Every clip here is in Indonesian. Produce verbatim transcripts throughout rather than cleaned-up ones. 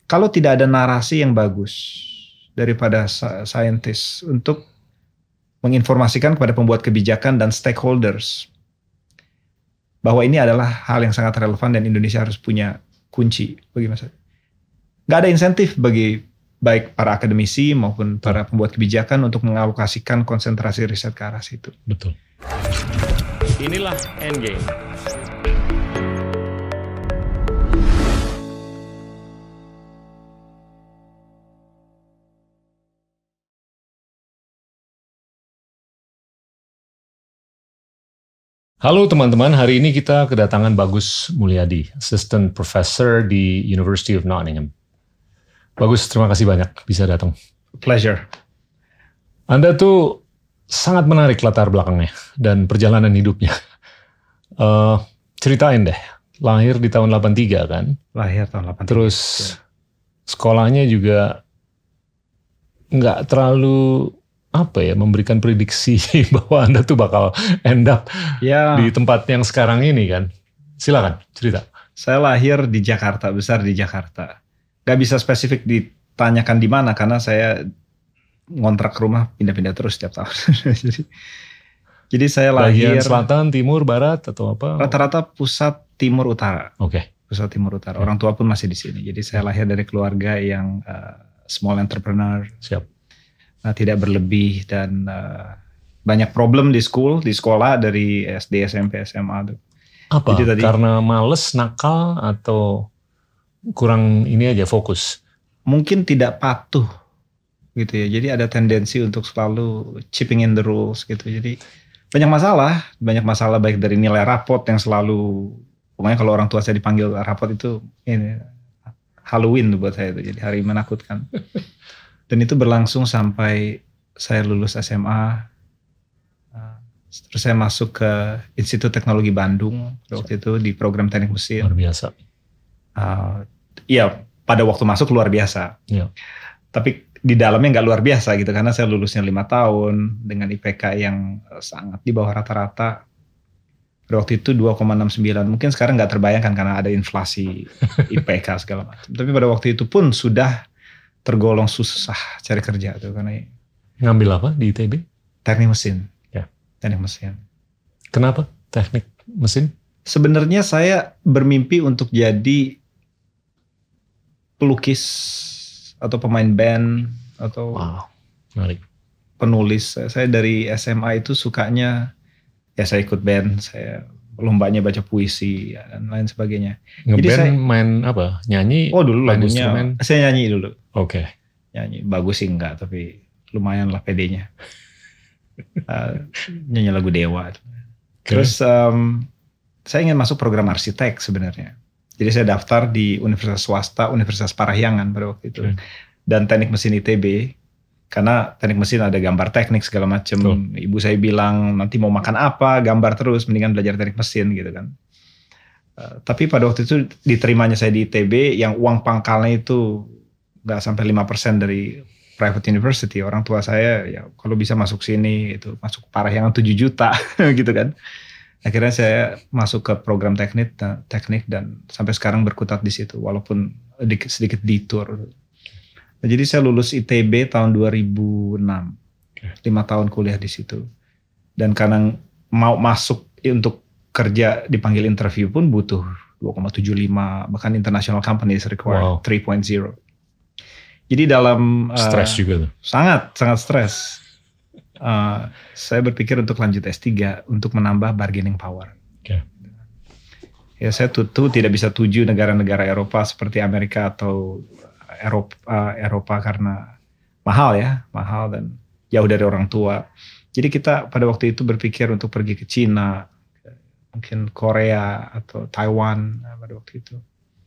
kalau tidak ada narasi yang bagus daripada saintis untuk menginformasikan kepada pembuat kebijakan dan stakeholders bahwa ini adalah hal yang sangat relevan dan Indonesia harus punya kunci bagi masa. Nggak ada insentif bagi baik para akademisi maupun para pembuat kebijakan untuk mengalokasikan konsentrasi riset ke arah situ. Betul. Inilah Endgame. Halo teman-teman, hari ini kita kedatangan Bagus Mulyadi, Assistant Professor di University of Nottingham. Bagus, terima kasih banyak bisa datang. Pleasure. Anda tuh sangat menarik latar belakangnya dan perjalanan hidupnya. Uh, ceritain deh, lahir di tahun delapan tiga kan? Lahir tahun delapan tiga. Terus sekolahnya juga nggak terlalu apa ya, memberikan prediksi bahwa Anda tuh bakal end up ya di tempat yang sekarang ini kan. Silakan cerita. Saya lahir di Jakarta, besar di Jakarta. Gak bisa spesifik ditanyakan di mana karena saya ngontrak rumah pindah-pindah terus setiap tahun. jadi, jadi saya lahir bagian selatan, timur, barat atau apa? Rata-rata pusat timur utara. Oke. Okay. Pusat timur utara. Orang tua pun masih di sini. Jadi saya lahir dari keluarga yang uh, small entrepreneur. Siap. Nah, tidak berlebih dan uh, banyak problem di school, di sekolah dari S D, S M P, S M A tuh. Apa? Jadi tadi, karena males, nakal, atau kurang ini aja fokus? Mungkin tidak patuh gitu ya. Jadi ada tendensi untuk selalu chipping in the rules gitu. Jadi banyak masalah, banyak masalah baik dari nilai rapot yang selalu, pokoknya kalau orang tua saya dipanggil rapot itu ini Halloween tuh buat saya itu. Jadi hari menakutkan. Dan itu berlangsung sampai saya lulus S M A. Terus saya masuk ke Institut Teknologi Bandung waktu itu di program teknik mesin. Luar biasa. Uh, iya, pada waktu masuk luar biasa. Ya. Tapi di dalamnya nggak luar biasa gitu karena saya lulusnya lima tahun dengan I P K yang sangat di bawah rata-rata. Pada waktu itu dua koma enam sembilan. Mungkin sekarang nggak terbayangkan karena ada inflasi I P K segala macam. Tapi pada waktu itu pun sudah tergolong susah cari kerja tuh karena ngambil apa di I T B? Teknik mesin. Ya. Teknik mesin. Kenapa teknik mesin? Sebenarnya saya bermimpi untuk jadi pelukis atau pemain band atau wow, menarik. Penulis. Saya dari S M A itu sukanya ya saya ikut band, saya lombanya baca puisi dan lain sebagainya. Ngeband main apa? Nyanyi? Oh dulu main lagunya instrumen? Saya nyanyi dulu. Oke. Okay. Nyanyi bagus sih enggak, tapi lumayan lah pedenya. uh, nyanyi lagu Dewa. Okay. Terus um, saya ingin masuk program arsitek sebenarnya. Jadi saya daftar di Universitas Swasta, Universitas Parahyangan pada waktu itu. Okay. Dan teknik mesin I T B. Karena teknik mesin ada gambar teknik segala macam. Ibu saya bilang nanti mau makan apa, gambar terus, mendingan belajar teknik mesin gitu kan. Uh, tapi pada waktu itu diterimanya saya di I T B yang uang pangkalnya itu nggak sampai lima persen dari private university. Orang tua saya ya kalau bisa masuk sini itu masuk Parahyangan tujuh juta gitu kan. Akhirnya saya masuk ke program teknik, teknik dan sampai sekarang berkutat di situ walaupun sedikit, sedikit detour. Nah, jadi saya lulus I T B tahun dua ribu enam, okay. lima tahun kuliah di situ. Dan karena mau masuk untuk kerja dipanggil interview pun butuh dua koma tujuh lima, bahkan international companies require wow. tiga koma nol. Jadi dalam stres uh, juga tuh. Sangat, sangat stres. Uh, saya berpikir untuk lanjut S tiga untuk menambah bargaining power. Okay. Ya saya tentu tidak bisa tuju negara-negara Eropa seperti Amerika atau Eropa, uh, Eropa karena mahal ya, mahal dan jauh dari orang tua. Jadi kita pada waktu itu berpikir untuk pergi ke Cina, mungkin Korea atau Taiwan pada waktu itu.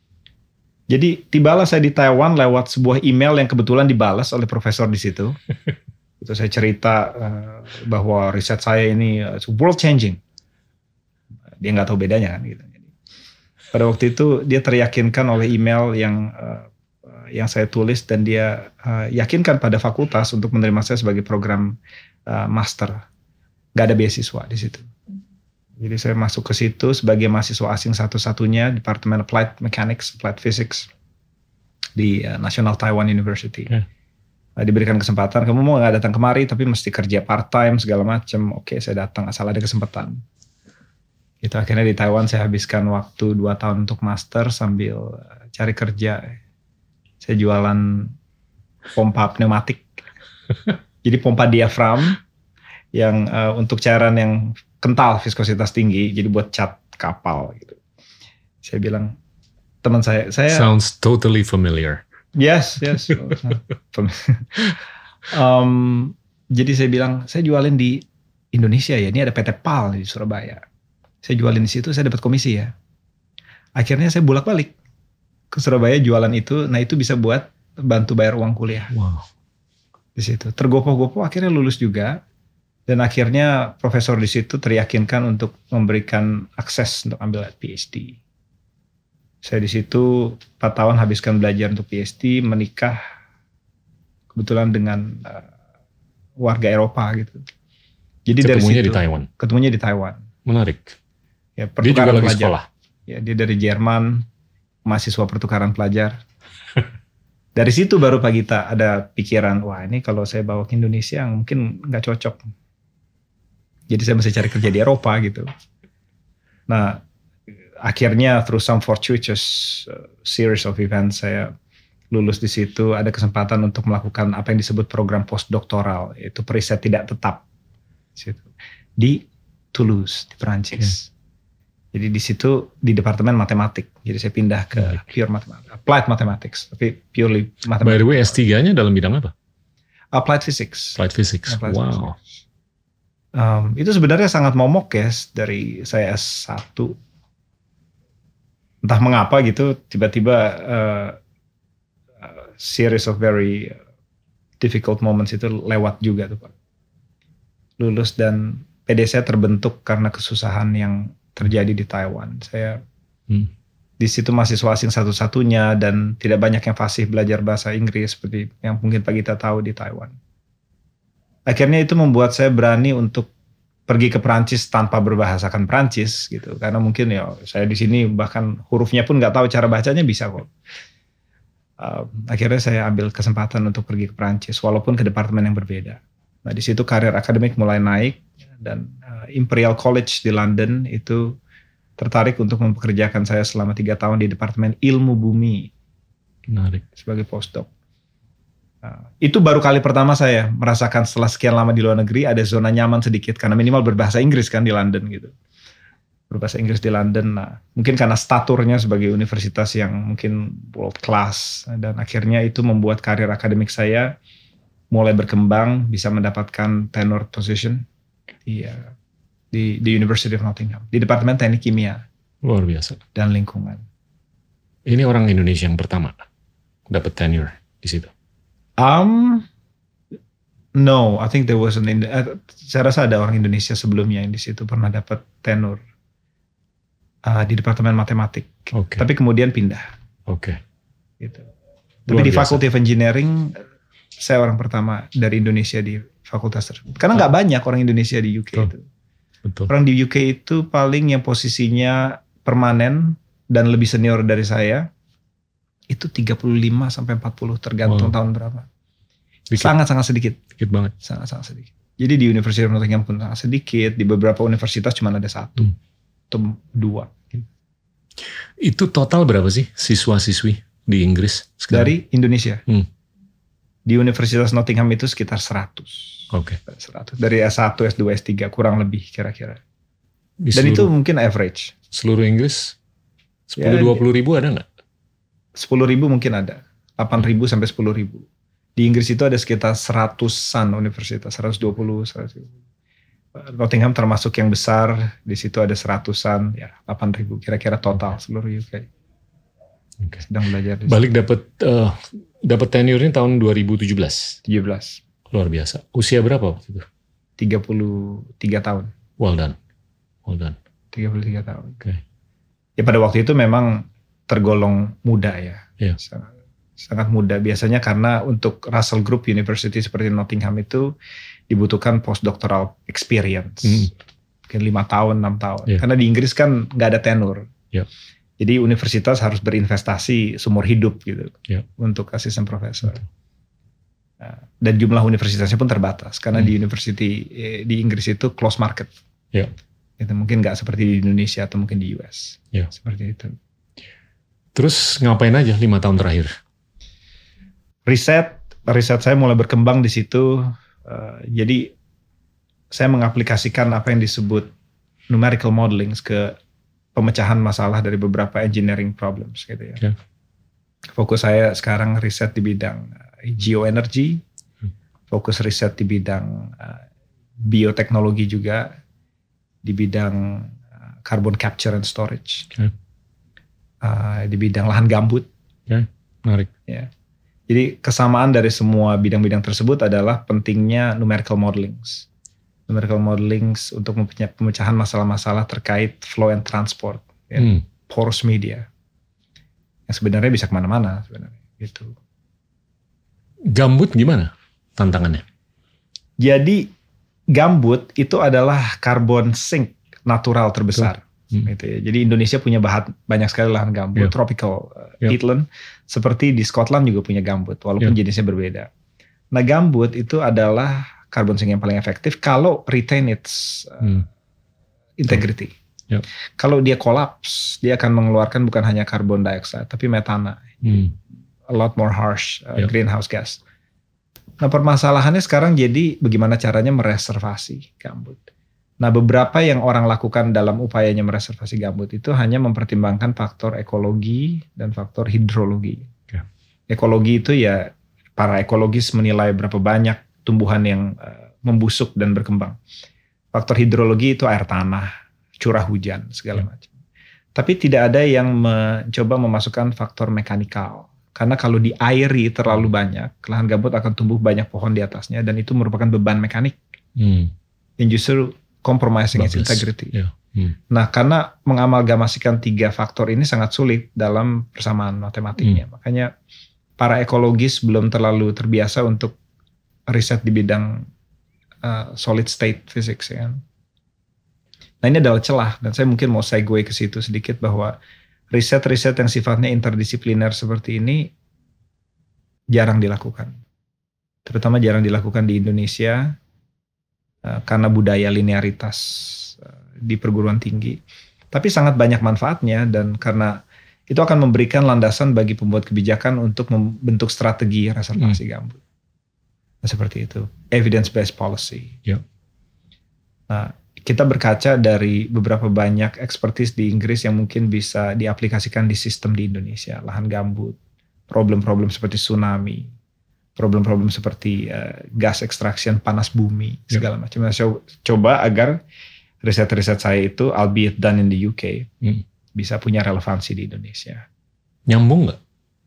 Jadi tibalah saya di Taiwan lewat sebuah email yang kebetulan dibalas oleh profesor di situ. Itu saya cerita uh, bahwa riset saya ini uh, world changing. Dia nggak tahu bedanya kan gitu. Jadi, pada waktu itu dia teryakinkan oleh email yang uh, yang saya tulis dan dia uh, yakinkan pada fakultas untuk menerima saya sebagai program uh, master. Gak ada beasiswa di situ. Jadi saya masuk ke situ sebagai mahasiswa asing satu-satunya, Departemen Applied Mechanics, Applied Physics. di uh, National Taiwan University. Yeah. Uh, diberikan kesempatan, kamu mau nggak datang kemari tapi mesti kerja part time segala macam. Oke, saya datang asal ada kesempatan. Itu akhirnya di Taiwan saya habiskan waktu dua tahun untuk master sambil uh, cari kerja. Saya jualan pompa pneumatik. Jadi pompa diafram yang uh, untuk cairan yang kental, viskositas tinggi, jadi buat cat kapal gitu. Saya bilang, teman saya, saya Sounds totally familiar. Yes, yes. um, jadi saya bilang, saya jualin di Indonesia ya, ini ada P T Pal di Surabaya. Saya jualin di situ, saya dapat komisi ya. Akhirnya saya bolak-balik ke Surabaya jualan itu, nah itu bisa buat bantu bayar uang kuliah. Wow. Di situ tergopoh-gopoh akhirnya lulus juga, dan akhirnya profesor di situ teryakinkan untuk memberikan akses untuk ambil P H D. Saya di situ empat tahun habiskan belajar untuk P H D, menikah kebetulan dengan uh, warga Eropa gitu. Jadi Ketemunya dari situ, di Taiwan. Ketemunya di Taiwan. Menarik. Ya, Dia juga lagi pelajar. sekolah. Ya, dia dari Jerman, mahasiswa pertukaran pelajar. Dari situ baru Pak Gita ada pikiran, wah ini kalau saya bawa ke Indonesia mungkin nggak cocok. Jadi saya mesti cari kerja di Eropa gitu. Nah, akhirnya through some fortuitous uh, series of events saya lulus di situ, ada kesempatan untuk melakukan apa yang disebut program postdoktoral, yaitu periset tidak tetap di Toulouse di Perancis. Yeah. Jadi di situ di departemen matematik. Jadi saya pindah ke yeah. pure mathematics, applied mathematics, tapi purely mathematics. By the way, S tiga-nya dalam bidang apa? Applied physics. Applied physics. Applied wow. Physics. Um, itu sebenarnya sangat momok ya dari saya S satu. Entah mengapa gitu tiba-tiba uh, uh, series of very difficult moments itu lewat juga tuh Pak. Lulus dan P D saya terbentuk karena kesusahan yang terjadi di Taiwan. Saya hmm. di situ mahasiswa asing satu-satunya dan tidak banyak yang fasih belajar bahasa Inggris seperti yang mungkin Pak Gita tahu di Taiwan. Akhirnya itu membuat saya berani untuk pergi ke Perancis tanpa berbahasakan Perancis gitu. Karena mungkin ya saya di sini bahkan hurufnya pun nggak tahu, cara bacanya bisa kok. Uh, akhirnya saya ambil kesempatan untuk pergi ke Perancis walaupun ke departemen yang berbeda. Nah di situ karir akademik mulai naik dan uh, Imperial College di London itu tertarik untuk mempekerjakan saya selama tiga tahun di Departemen Ilmu Bumi. Menarik. Sebagai postdoc. Nah, itu baru kali pertama saya merasakan setelah sekian lama di luar negeri ada zona nyaman sedikit karena minimal berbahasa Inggris kan di London gitu. Berbahasa Inggris di London. Nah, mungkin karena staturnya sebagai universitas yang mungkin world class dan akhirnya itu membuat karir akademik saya mulai berkembang, bisa mendapatkan tenure position di, uh, di, di University of Nottingham, di Departemen Teknik Kimia. Luar biasa. Dan lingkungan. Ini orang Indonesia yang pertama dapat tenure di situ? Um, no, I think there was an, uh, saya rasa ada orang Indonesia sebelumnya yang di situ pernah dapat tenure uh, di Departemen Matematik. Okay. Tapi kemudian pindah. Oke. Okay. Gitu. Tapi di Faculty of Engineering, saya orang pertama dari Indonesia di fakultas tersebut. Karena nggak oh. banyak orang Indonesia di U K Betul. itu. Betul. Orang di U K itu paling yang posisinya permanen dan lebih senior dari saya itu tiga puluh lima sampai empat puluh tergantung wow. tahun berapa. Sangat-sangat sedikit. Sedikit banget. Sangat-sangat sedikit. Jadi di University of Nottingham pun sangat sedikit. Di beberapa universitas cuma ada satu hmm. atau dua. Itu total berapa sih siswa-siswi di Inggris sekarang? Dari Indonesia. Hmm. Di Universitas Nottingham itu sekitar seratus. Oke. Okay. seratus. Dari S satu, S dua, S tiga kurang lebih kira-kira. Di Dan seluruh, itu mungkin average. Seluruh Inggris sepuluh dua puluh ribu ada nggak? sepuluh ribu mungkin ada. delapan ribu sampai sepuluh ribu. Di Inggris itu ada sekitar seratusan universitas. seratus dua puluh, seratus. Nottingham termasuk yang besar. Di situ ada seratusan. Ya, delapan ribu kira-kira total seluruh U K. Okay. Sedang belajar. Balik dapat uh, dapat tenure-nya tahun dua ribu tujuh belas. tujuh belas. Luar biasa. Usia berapa waktu itu? tiga puluh tiga tahun. Well done. Well done. tiga puluh tiga tahun. Oke. Okay. Ya pada waktu itu memang tergolong muda ya. Yeah. Sangat, sangat muda. Biasanya karena untuk Russell Group University seperti Nottingham itu dibutuhkan postdoctoral experience. Mm. Mungkin lima tahun, enam tahun. Yeah. Karena di Inggris kan nggak ada tenure. Yeah. Jadi universitas harus berinvestasi seumur hidup gitu Ya. untuk asisten profesor. Nah, dan jumlah universitasnya pun terbatas karena Hmm. di university eh, di Inggris itu close market. Ya. Itu mungkin nggak seperti di Indonesia atau mungkin di U S. Ya. Seperti itu. Terus ngapain aja lima tahun terakhir? Riset, riset saya mulai berkembang di situ. Uh, jadi saya mengaplikasikan apa yang disebut numerical modeling ke pemecahan masalah dari beberapa engineering problems gitu ya. Okay. Fokus saya sekarang riset di bidang uh, geoenergy, hmm. fokus riset di bidang uh, bioteknologi juga, di bidang uh, carbon capture and storage, okay. uh, di bidang lahan gambut. Okay. Menarik. Ya. Jadi kesamaan dari semua bidang-bidang tersebut adalah pentingnya numerical modeling. Numerical modeling untuk pemecahan masalah-masalah terkait flow and transport, ya, Hmm. porous media, yang sebenarnya bisa kemana-mana sebenarnya. Gitu. Gambut gimana tantangannya? Jadi gambut itu adalah carbon sink natural terbesar. Hmm. Gitu ya. Jadi Indonesia punya bahan, banyak sekali lahan gambut, yeah. tropical uh, yeah. peatland, seperti di Scotland juga punya gambut, walaupun yeah. jenisnya berbeda. Nah gambut itu adalah carbon sink yang paling efektif kalau retain its uh, hmm. integrity. Yeah. Kalau dia kolaps, dia akan mengeluarkan bukan hanya carbon dioxide, tapi metana, hmm. a lot more harsh uh, yeah. greenhouse gas. Nah permasalahannya sekarang jadi bagaimana caranya mereservasi gambut. Nah beberapa yang orang lakukan dalam upayanya mereservasi gambut itu hanya mempertimbangkan faktor ekologi dan faktor hidrologi. Yeah. Ekologi itu ya para ekologis menilai berapa banyak tumbuhan yang uh, membusuk dan berkembang. Faktor hidrologi itu air tanah, curah hujan, segala yeah. macam. Tapi tidak ada yang mencoba memasukkan faktor mekanikal. Karena kalau diairi terlalu banyak, lahan gambut akan tumbuh banyak pohon di atasnya dan itu merupakan beban mekanik. Hmm. Yang justru compromising its integrity. Yeah. Hmm. Nah, karena mengamalgamasikan tiga faktor ini sangat sulit dalam persamaan matematiknya. Hmm. Makanya para ekologis belum terlalu terbiasa untuk riset di bidang uh, solid state physics ya kan. Nah ini adalah celah dan saya mungkin mau segue ke situ sedikit bahwa riset-riset yang sifatnya interdisipliner seperti ini jarang dilakukan. Terutama jarang dilakukan di Indonesia uh, karena budaya linearitas uh, di perguruan tinggi. Tapi sangat banyak manfaatnya dan karena itu akan memberikan landasan bagi pembuat kebijakan untuk membentuk strategi reservasi hmm. gambut. Nah, seperti itu, evidence-based policy. Yeah. Nah, kita berkaca dari beberapa banyak expertise di Inggris yang mungkin bisa diaplikasikan di sistem di Indonesia, lahan gambut, problem-problem seperti tsunami, problem-problem seperti uh, gas extraction, panas bumi, segala yeah. macam. Nah, saya coba agar riset-riset saya itu, albeit done in the U K, hmm. bisa punya relevansi di Indonesia. Nyambung nggak?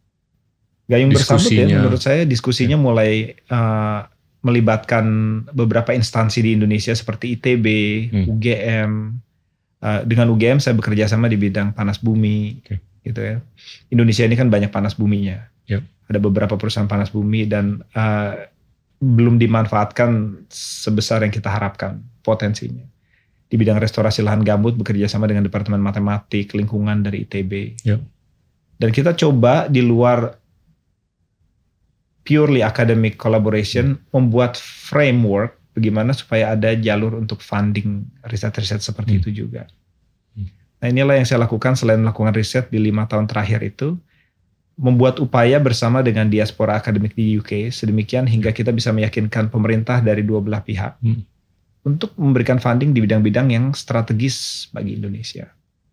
Gayung bersambut ya, menurut saya diskusinya ya. mulai uh, melibatkan beberapa instansi di Indonesia seperti I T B, hmm. U G M. Uh, dengan U G M saya bekerja sama di bidang panas bumi, okay. gitu ya. Indonesia ini kan banyak panas buminya. Yep. Ada beberapa perusahaan panas bumi dan uh, belum dimanfaatkan sebesar yang kita harapkan potensinya. Di bidang restorasi lahan gambut bekerja sama dengan Departemen Matematik Lingkungan dari I T B. Yep. Dan kita coba di luar purely academic collaboration, hmm. membuat framework bagaimana supaya ada jalur untuk funding riset-riset seperti hmm. itu juga. Hmm. Nah inilah yang saya lakukan selain melakukan riset di lima tahun terakhir itu, membuat upaya bersama dengan diaspora akademik di U K, sedemikian hingga kita bisa meyakinkan pemerintah dari dua belah pihak hmm. untuk memberikan funding di bidang-bidang yang strategis bagi Indonesia.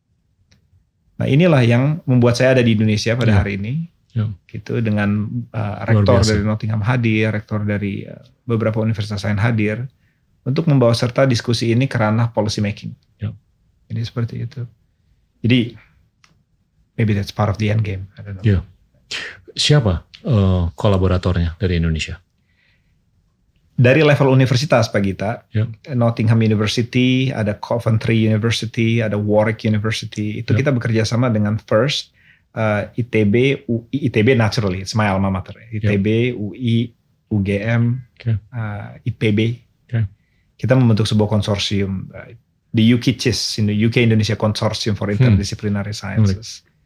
Nah inilah yang membuat saya ada di Indonesia pada hmm. hari ini. Ya. Gitu dengan uh, rektor dari Nottingham hadir, rektor dari uh, beberapa universitas lain hadir untuk membawa serta diskusi ini ke ranah policy making. Ya. Jadi seperti itu. Jadi maybe that's part of the end game. I don't know. Ya. Siapa uh, kolaboratornya dari Indonesia? Dari level universitas Pak Gita, ya. Nottingham University, ada Coventry University, ada Warwick University. Itu ya. Kita bekerja sama dengan First. Uh, I T B, U I, I T B naturally, it's my alma mater. I T B, yep. U I, U G M, okay. uh, I P B. Okay. Kita membentuk sebuah konsorsium, uh, the U K C I S, in the U K Indonesia Consortium for Interdisciplinary hmm. Sciences.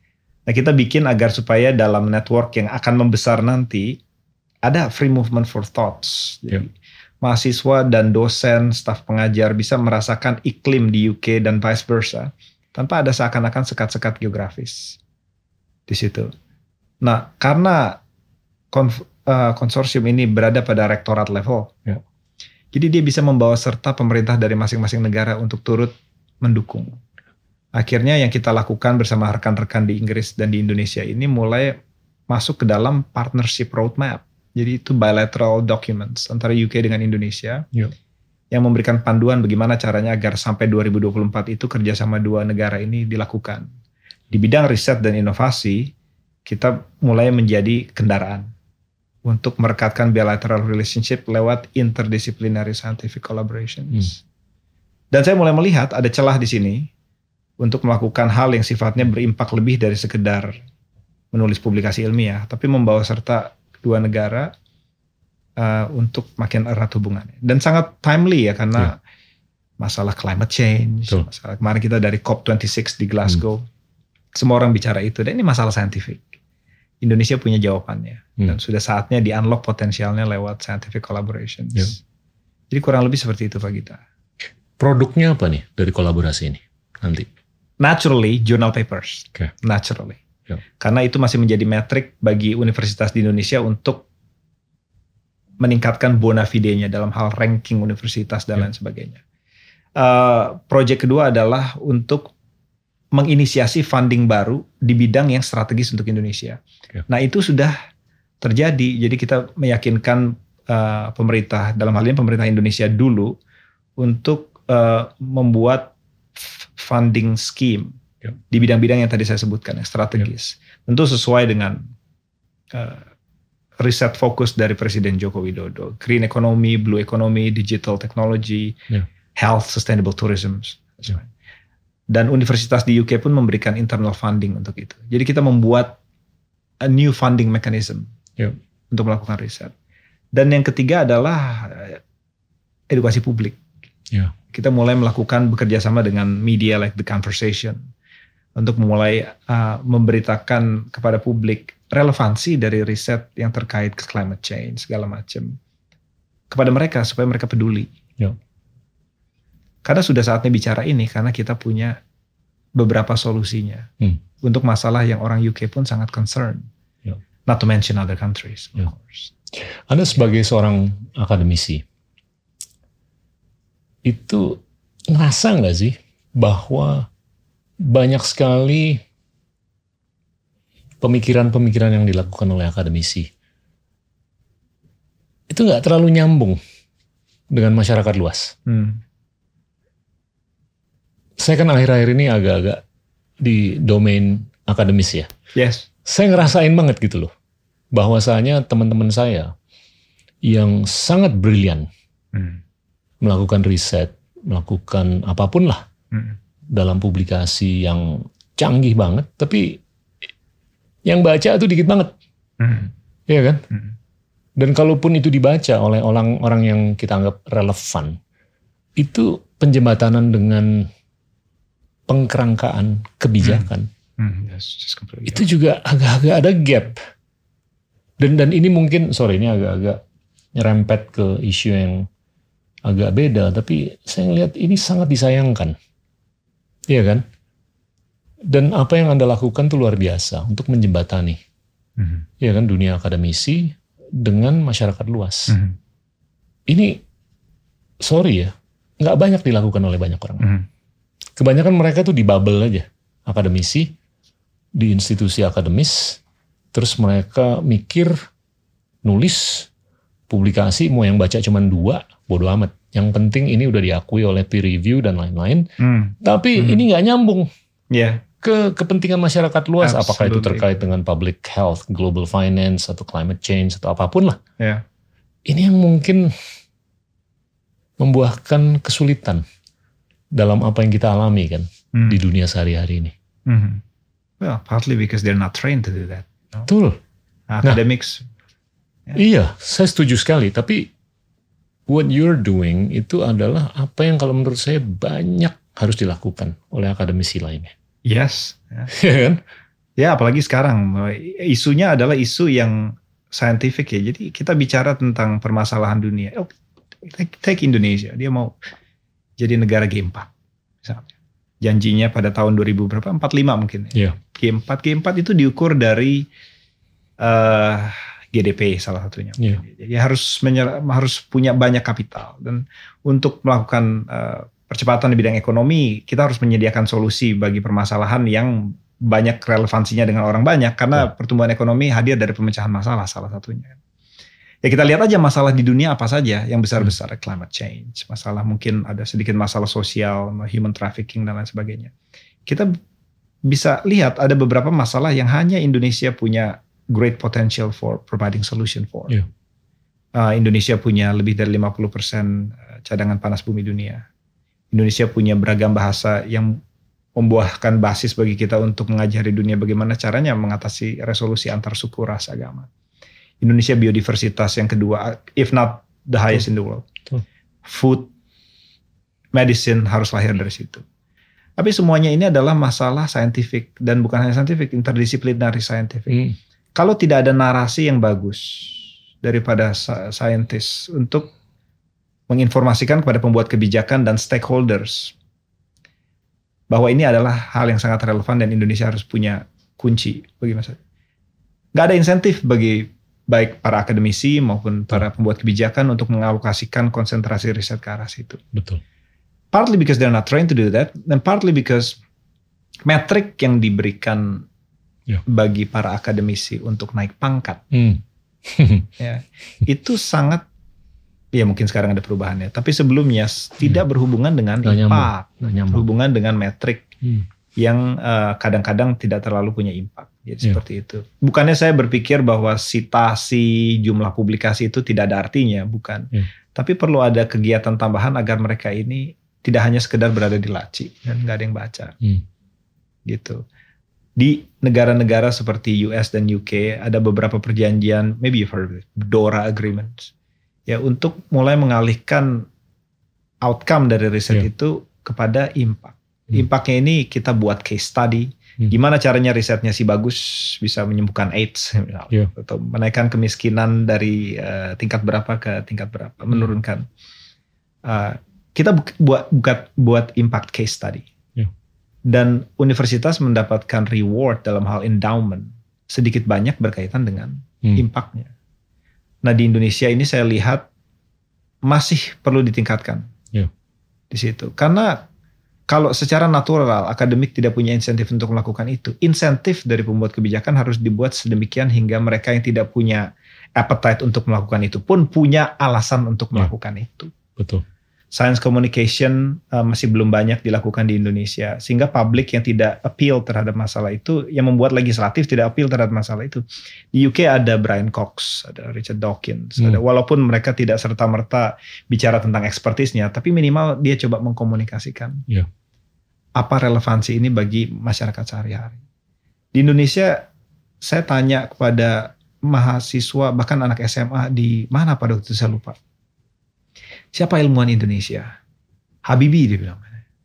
Nah kita bikin agar supaya dalam network yang akan membesar nanti ada free movement for thoughts. Jadi Yeah. mahasiswa dan dosen, staf pengajar bisa merasakan iklim di U K dan vice versa tanpa ada seakan-akan sekat-sekat geografis di situ. Nah karena konf, uh, konsorsium ini berada pada rektorat level, Yeah. jadi dia bisa membawa serta pemerintah dari masing-masing negara untuk turut mendukung. Akhirnya yang kita lakukan bersama rekan-rekan di Inggris dan di Indonesia ini mulai masuk ke dalam partnership roadmap. Jadi itu bilateral documents antara U K dengan Indonesia Yeah. yang memberikan panduan bagaimana caranya agar sampai dua ribu dua puluh empat itu kerjasama dua negara ini dilakukan. Di bidang riset dan inovasi, kita mulai menjadi kendaraan untuk merekatkan bilateral relationship lewat interdisciplinary scientific collaborations. Hmm. Dan saya mulai melihat ada celah di sini untuk melakukan hal yang sifatnya berimpak lebih dari sekedar menulis publikasi ilmiah, tapi membawa serta kedua negara uh, untuk makin erat hubungannya. Dan sangat timely ya, karena yeah. masalah climate change, Betul. masalah kemarin kita dari C O P dua puluh enam di Glasgow, hmm. semua orang bicara itu, dan ini masalah saintifik. Indonesia punya jawabannya, hmm. dan sudah saatnya di-unlock potensialnya lewat scientific collaborations. Yeah. Jadi kurang lebih seperti itu Pak Gita. Produknya apa nih dari kolaborasi ini nanti? Naturally, journal papers. Okay. Naturally. Yeah. Karena itu masih menjadi metrik bagi universitas di Indonesia untuk meningkatkan bona fide-nya dalam hal ranking universitas dan yeah. lain sebagainya. Uh, project kedua adalah untuk menginisiasi funding baru di bidang yang strategis untuk Indonesia. Okay. Nah itu sudah terjadi. Jadi kita meyakinkan uh, pemerintah, dalam hal ini pemerintah Indonesia dulu, untuk uh, membuat funding scheme yeah. di bidang-bidang yang tadi saya sebutkan, yang strategis. Yeah. Tentu sesuai dengan uh, riset fokus dari Presiden Joko Widodo. Green economy, blue economy, digital technology, yeah. health, sustainable tourism. Yeah. Dan universitas di U K pun memberikan internal funding untuk itu. Jadi kita membuat a new funding mechanism yeah. untuk melakukan riset. Dan yang ketiga adalah edukasi publik. Yeah. Kita mulai melakukan bekerja sama dengan media like The Conversation untuk mulai uh, memberitakan kepada publik relevansi dari riset yang terkait ke climate change segala macam kepada mereka supaya mereka peduli. Yeah. Karena sudah saatnya bicara ini karena kita punya beberapa solusinya hmm. untuk masalah yang orang U K pun sangat concern. Yeah. Not to mention other countries, of yeah. course. Anda sebagai seorang akademisi, itu ngerasa nggak sih bahwa banyak sekali pemikiran-pemikiran yang dilakukan oleh akademisi itu nggak terlalu nyambung dengan masyarakat luas? Hmm. Saya kan akhir-akhir ini agak-agak di domain akademis ya. Yes. Saya ngerasain banget gitu loh, bahwasanya teman-teman saya yang sangat brilian hmm. melakukan riset, melakukan apapun lah hmm. dalam publikasi yang canggih banget, tapi yang baca tuh dikit banget, hmm. iya kan? Hmm. Dan kalaupun itu dibaca oleh orang-orang yang kita anggap relevan, itu penjembatanan dengan pengkerangkaan kebijakan, hmm. Hmm. Yes, itu juga agak-agak ada gap. Dan dan ini mungkin, sorry ini agak-agak nyerempet ke isu yang agak beda, tapi saya ngelihat ini sangat disayangkan. Iya kan? Dan apa yang Anda lakukan tuh luar biasa untuk menjembatani. Mm-hmm. Iya kan, dunia akademisi dengan masyarakat luas. Mm-hmm. Ini, sorry ya, nggak banyak dilakukan oleh banyak orang. Mm-hmm. Kebanyakan mereka tuh di bubble aja. Akademisi, di institusi akademis, terus mereka mikir, nulis, publikasi, mau yang baca cuma dua, bodo amat. Yang penting ini udah diakui oleh peer review dan lain-lain. Hmm. Tapi hmm. ini nggak nyambung yeah. ke kepentingan masyarakat luas. Absolutely. Apakah itu terkait dengan public health, global finance, atau climate change, atau apapun lah. Yeah. Ini yang mungkin membuahkan kesulitan dalam apa yang kita alami kan hmm. di dunia sehari-hari ini. Hmm. Well, partly because they're not trained to do that. No? Betul. Academics. Nah, yeah. Iya, saya setuju sekali. Tapi what you're doing itu adalah apa yang kalau menurut saya banyak harus dilakukan oleh akademisi lainnya. Yes. Yeah. kan? Ya apalagi sekarang isunya adalah isu yang scientific ya. Jadi kita bicara tentang permasalahan dunia. Oh, take, take Indonesia, dia mau jadi negara G empat misalnya. Janjinya pada tahun dua ribu berapa? empat puluh lima mungkin ya. Yeah. G empat, G empat itu diukur dari uh, G D P salah satunya. Yeah. Jadi harus menyer- harus punya banyak kapital, dan untuk melakukan uh, percepatan di bidang ekonomi kita harus menyediakan solusi bagi permasalahan yang banyak relevansinya dengan orang banyak, karena yeah. pertumbuhan ekonomi hadir dari pemecahan masalah salah satunya. Ya kita lihat aja masalah di dunia apa saja yang besar-besar, hmm. climate change, masalah mungkin ada sedikit masalah sosial, human trafficking dan lain sebagainya. Kita bisa lihat ada beberapa masalah yang hanya Indonesia punya great potential for providing solution for. Yeah. Uh, Indonesia punya lebih dari lima puluh persen cadangan panas bumi dunia. Indonesia punya beragam bahasa yang membuahkan basis bagi kita untuk mengajari dunia bagaimana caranya mengatasi resolusi antar suku, ras, agama. Indonesia biodiversitas yang kedua, if not the highest Betul. in the world. Betul. Food, medicine harus lahir dari situ. Tapi semuanya ini adalah masalah scientific, dan bukan hanya scientific, interdisciplinary scientific. Hmm. Kalau tidak ada narasi yang bagus daripada scientist untuk menginformasikan kepada pembuat kebijakan dan stakeholders bahwa ini adalah hal yang sangat relevan dan Indonesia harus punya kunci bagi masa. Gak ada insentif bagi baik para akademisi maupun para pembuat kebijakan untuk mengalokasikan konsentrasi riset ke arah situ. Betul. Partly because they're not trained to do that, and partly because metrik yang diberikan yeah. bagi para akademisi untuk naik pangkat, hmm. ya, itu sangat, ya mungkin sekarang ada perubahannya, tapi sebelumnya hmm. tidak berhubungan dengan impact, berhubungan dengan metrik hmm. yang uh, kadang-kadang tidak terlalu punya impact. Jadi yeah. seperti itu. Bukannya saya berpikir bahwa sitasi, jumlah publikasi itu tidak ada artinya, bukan. Yeah. Tapi perlu ada kegiatan tambahan agar mereka ini tidak hanya sekedar berada di laci dan nggak ada yang baca, hmm. gitu. Di negara-negara seperti U S dan U K ada beberapa perjanjian, maybe you've heard of it, DORA agreements, ya untuk mulai mengalihkan outcome dari riset yeah. itu kepada impact. Hmm. Impactnya ini kita buat case study, hmm. gimana caranya risetnya si bagus bisa menyembuhkan AIDS, yeah. atau menaikkan kemiskinan dari uh, tingkat berapa ke tingkat berapa, hmm. menurunkan. Uh, kita buat buat buat impact case study. Yeah. Dan universitas mendapatkan reward dalam hal endowment sedikit banyak berkaitan dengan hmm. impactnya. Nah di Indonesia ini saya lihat masih perlu ditingkatkan yeah. di situ. Karena kalau secara natural akademik tidak punya insentif untuk melakukan itu, insentif dari pembuat kebijakan harus dibuat sedemikian hingga mereka yang tidak punya appetite untuk melakukan itu pun punya alasan untuk melakukan yeah. itu. Betul. Science communication uh, masih belum banyak dilakukan di Indonesia, sehingga publik yang tidak appeal terhadap masalah itu, yang membuat legislatif tidak appeal terhadap masalah itu. Di U K ada Brian Cox, ada Richard Dawkins, hmm. ada, walaupun mereka tidak serta-merta bicara tentang ekspertisnya, tapi minimal dia coba mengkomunikasikan yeah. apa relevansi ini bagi masyarakat sehari-hari. Di Indonesia, saya tanya kepada mahasiswa, bahkan anak S M A di mana pada waktu itu saya lupa. Siapa ilmuwan Indonesia? Habibie dia bilang.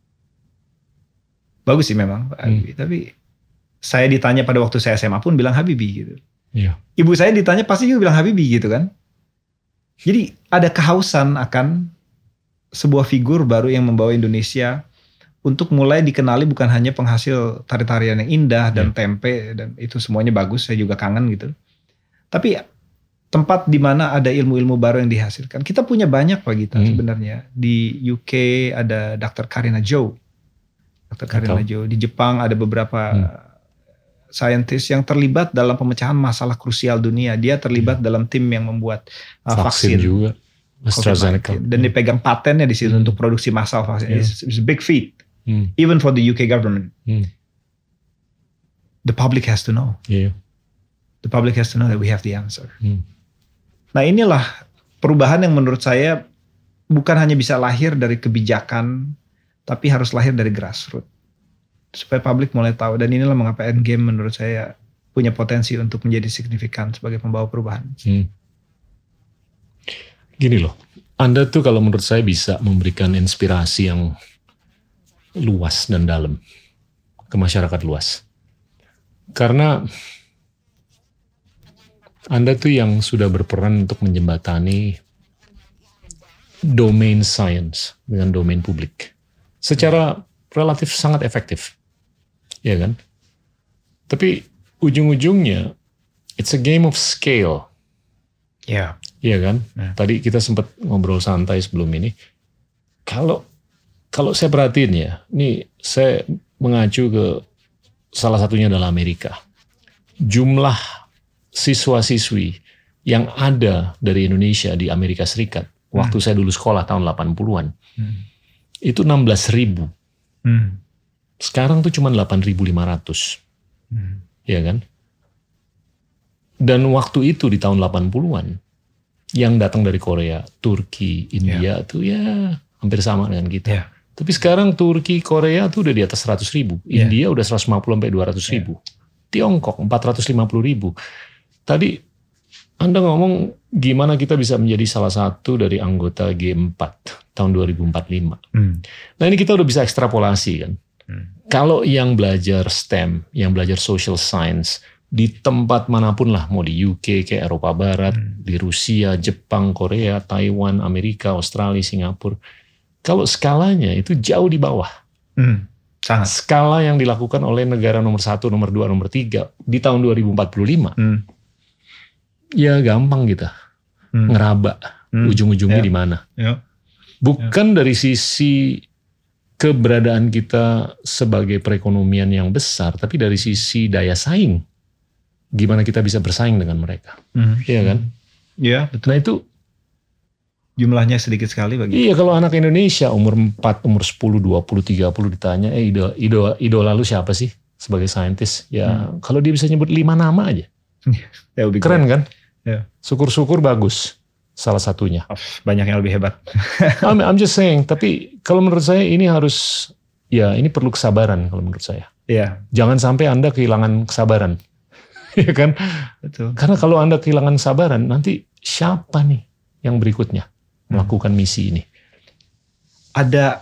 Bagus sih memang Pak Habibie, hmm. tapi saya ditanya pada waktu saya S M A pun bilang Habibie gitu. Yeah. Ibu saya ditanya pasti juga bilang Habibie gitu kan. Jadi ada kehausan akan sebuah figur baru yang membawa Indonesia untuk mulai dikenali bukan hanya penghasil tari-tarian yang indah dan yeah. tempe dan itu semuanya bagus, saya juga kangen gitu. Tapi tempat di mana ada ilmu-ilmu baru yang dihasilkan. Kita punya banyak Pak Gita hmm. sebenarnya. Di U K ada dokter Karina Joe. dokter Karina Joe. Di Jepang ada beberapa hmm. saintis yang terlibat dalam pemecahan masalah krusial dunia. Dia terlibat hmm. dalam tim yang membuat uh, vaksin. Vaksin juga. AstraZeneca. Dan dipegang patennya di situ hmm. untuk produksi massal vaksin. Yeah. It's, it's a big feat. Hmm. Even for the U K government. Hmm. The public has to know. Yeah. The public has to know that we have the answer. Hmm. Nah inilah perubahan yang menurut saya bukan hanya bisa lahir dari kebijakan, tapi harus lahir dari grassroots. Supaya publik mulai tahu, dan inilah mengapa Endgame menurut saya punya potensi untuk menjadi signifikan sebagai pembawa perubahan. Hmm. Gini loh, Anda tuh kalau menurut saya bisa memberikan inspirasi yang luas dan dalam ke masyarakat luas. Karena Anda tuh yang sudah berperan untuk menjembatani domain science dengan domain publik secara relatif sangat efektif, ya kan? Tapi ujung-ujungnya it's a game of scale, ya, ya kan? Ya. Tadi kita sempat ngobrol santai sebelum ini. Kalau kalau saya perhatiin ya, ini saya mengacu ke salah satunya adalah Amerika. Jumlah siswa-siswi yang ada dari Indonesia di Amerika Serikat, hmm. waktu saya dulu sekolah tahun delapan puluhan, hmm. itu enam belas ribu. Hmm. Sekarang tuh cuma delapan ribu lima ratus. Hmm. Ya kan? Dan waktu itu di tahun delapan puluhan, yang datang dari Korea, Turki, India, yeah. tuh ya hampir sama dengan kita. Yeah. Tapi sekarang Turki, Korea tuh udah di atas seratus ribu. Yeah. India udah seratus lima puluh sampai dua ratus ribu. Yeah. Tiongkok empat ratus lima puluh ribu. Tadi Anda ngomong gimana kita bisa menjadi salah satu dari anggota G empat tahun dua ribu empat puluh lima. Hmm. Nah ini kita udah bisa ekstrapolasi kan. Hmm. Kalau yang belajar STEM, yang belajar social science, di tempat manapun lah, mau di U K, ke Eropa Barat, hmm. di Rusia, Jepang, Korea, Taiwan, Amerika, Australia, Singapura, kalau skalanya itu jauh di bawah. Hmm. Sangat. Skala yang dilakukan oleh negara nomor satu, nomor dua, nomor tiga di tahun dua ribu empat puluh lima. Hmm. Ya gampang kita hmm. ngeraba hmm. ujung-ujungnya ya. Di mana. Ya. Bukan ya. Dari sisi keberadaan kita sebagai perekonomian yang besar, tapi dari sisi daya saing. Gimana kita bisa bersaing dengan mereka. Hmm. Iya kan? Iya, betul. Nah itu jumlahnya sedikit sekali bagi. Iya, kalau anak Indonesia umur empat, umur sepuluh, dua puluh, tiga puluh ditanya, eh idola, idola, idola lu siapa sih sebagai saintis? Ya hmm. kalau dia bisa nyebut lima nama aja. Ya, keren kan? Ya. Syukur-syukur bagus salah satunya. Banyak yang lebih hebat. I'm, I'm just saying, tapi kalau menurut saya ini harus, ya ini perlu kesabaran kalau menurut saya. Iya. Jangan sampai Anda kehilangan kesabaran. Ya kan? Betul. Karena kalau Anda kehilangan kesabaran, nanti siapa nih yang berikutnya melakukan misi ini? Ada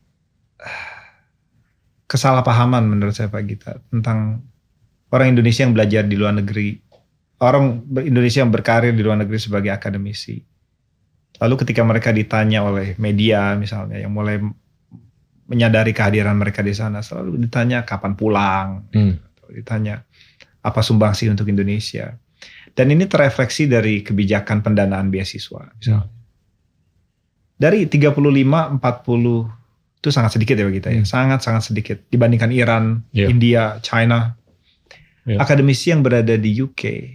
kesalahpahaman menurut saya Pak Gita tentang orang Indonesia yang belajar di luar negeri. Orang Indonesia yang berkarir di luar negeri sebagai akademisi. Lalu ketika mereka ditanya oleh media misalnya yang mulai menyadari kehadiran mereka di sana, selalu ditanya kapan pulang, hmm. ditanya apa sumbangsi untuk Indonesia. Dan ini terefleksi dari kebijakan pendanaan beasiswa misalnya. Hmm. Dari tiga puluh lima, empat puluh itu sangat sedikit ya kita ya, hmm. sangat-sangat sedikit dibandingkan Iran, yeah. India, China. Yeah. Akademisi yang berada di U K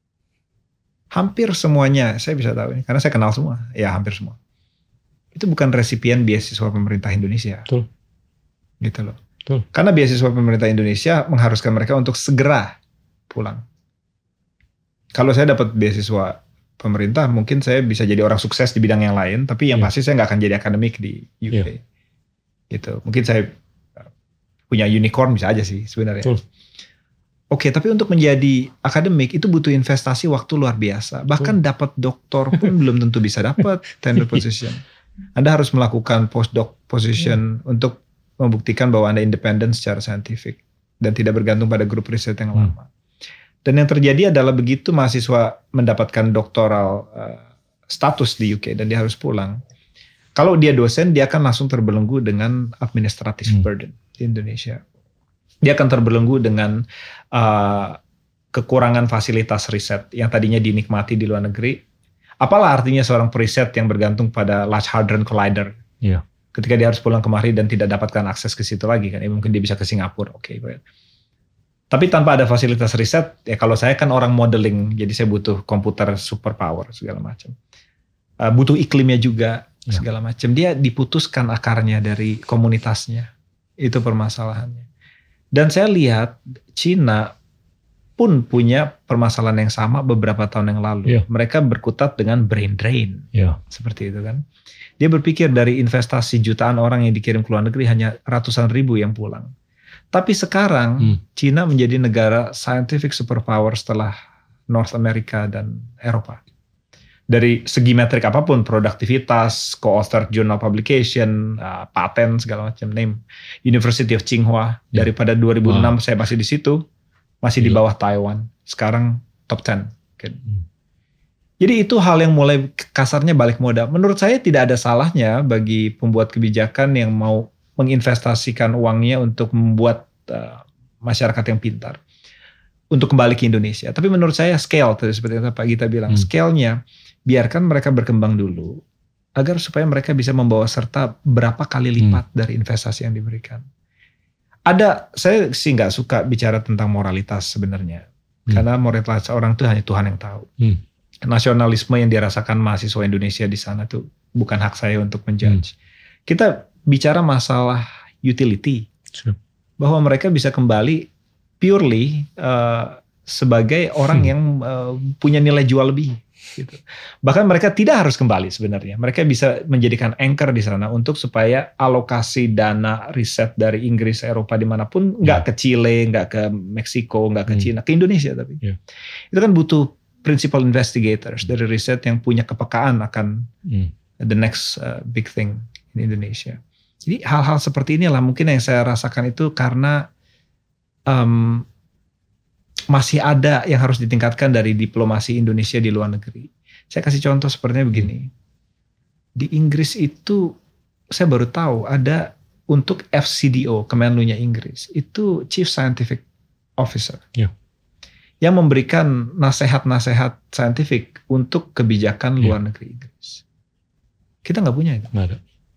hampir semuanya, saya bisa tahu ini karena saya kenal semua, ya hampir semua. Itu bukan resipien beasiswa pemerintah Indonesia. Betul. Gitu loh. Betul. Karena beasiswa pemerintah Indonesia mengharuskan mereka untuk segera pulang. Kalau saya dapat beasiswa pemerintah, mungkin saya bisa jadi orang sukses di bidang yang lain, tapi yang yeah. pasti saya nggak akan jadi akademik di U K. Yeah. Gitu. Mungkin saya punya unicorn bisa aja sih sebenarnya. Betul. Oke, tapi untuk menjadi akademik itu butuh investasi waktu luar biasa. Bahkan Betul. Dapat doktor pun belum tentu bisa dapat tenure position. Anda harus melakukan postdoc position yeah. untuk membuktikan bahwa Anda independen secara saintifik dan tidak bergantung pada grup riset yang hmm. lama. Dan yang terjadi adalah begitu mahasiswa mendapatkan doktoral uh, status di U K dan dia harus pulang. Kalau dia dosen, dia akan langsung terbelenggu dengan administrative hmm. burden di Indonesia. Dia akan terbelenggu dengan uh, kekurangan fasilitas riset yang tadinya dinikmati di luar negeri. Apalah artinya seorang periset yang bergantung pada Large Hadron Collider? Yeah. Ketika dia harus pulang kemari dan tidak dapatkan akses ke situ lagi kan? Ya, mungkin dia bisa ke Singapura, oke. Okay, tapi tanpa ada fasilitas riset, ya kalau saya kan orang modeling, jadi saya butuh komputer superpower segala macam. Uh, butuh iklimnya juga yeah. segala macam. Dia diputuskan akarnya dari komunitasnya. Itu permasalahannya. Dan saya lihat Cina pun punya permasalahan yang sama beberapa tahun yang lalu. Yeah. Mereka berkutat dengan brain drain. Yeah. Seperti itu kan. Dia berpikir dari investasi jutaan orang yang dikirim ke luar negeri hanya ratusan ribu yang pulang. Tapi sekarang hmm. Cina menjadi negara scientific superpower setelah North America dan Eropa. Dari segi metrik apapun, produktivitas, co-authored journal publication, uh, paten segala macam, name University of Tsinghua yeah. daripada dua ribu enam wow. saya masih di situ, masih di bawah Taiwan, sekarang top sepuluh. Hmm. Jadi itu hal yang mulai kasarnya balik modal. Menurut saya tidak ada salahnya bagi pembuat kebijakan yang mau menginvestasikan uangnya untuk membuat uh, masyarakat yang pintar untuk kembali ke Indonesia. Tapi menurut saya scale, seperti yang Pak Gita bilang, hmm. scale-nya biarkan mereka berkembang dulu agar supaya mereka bisa membawa serta berapa kali lipat hmm. dari investasi yang diberikan. Ada, saya sih nggak suka bicara tentang moralitas sebenarnya. Hmm. Karena moralitas orang itu hanya Tuhan yang tahu. Hmm. Nasionalisme yang dirasakan mahasiswa Indonesia di sana tuh bukan hak saya untuk menjudge. Hmm. Kita bicara masalah utility. Sure. Bahwa mereka bisa kembali purely uh, sebagai orang hmm. yang uh, punya nilai jual lebih. Gitu. Bahkan mereka tidak harus kembali sebenarnya. Mereka bisa menjadikan anchor di sana untuk supaya alokasi dana riset dari Inggris, Eropa dimanapun nggak yeah. ke Chile, nggak ke Meksiko, nggak ke hmm. Cina, ke Indonesia tapi yeah. itu kan butuh principal investigators dari riset yang punya kepekaan akan hmm. the next uh, big thing in Indonesia. Jadi hal-hal seperti inilah mungkin yang saya rasakan itu karena um, masih ada yang harus ditingkatkan dari diplomasi Indonesia di luar negeri. Saya kasih contoh sepertinya begini. Di Inggris itu saya baru tahu ada untuk F C D O, Kemenlunya Inggris, itu Chief Scientific Officer. Yeah. Yang memberikan nasihat-nasihat saintifik untuk kebijakan yeah. luar negeri Inggris. Kita nggak punya itu. Nggak ada.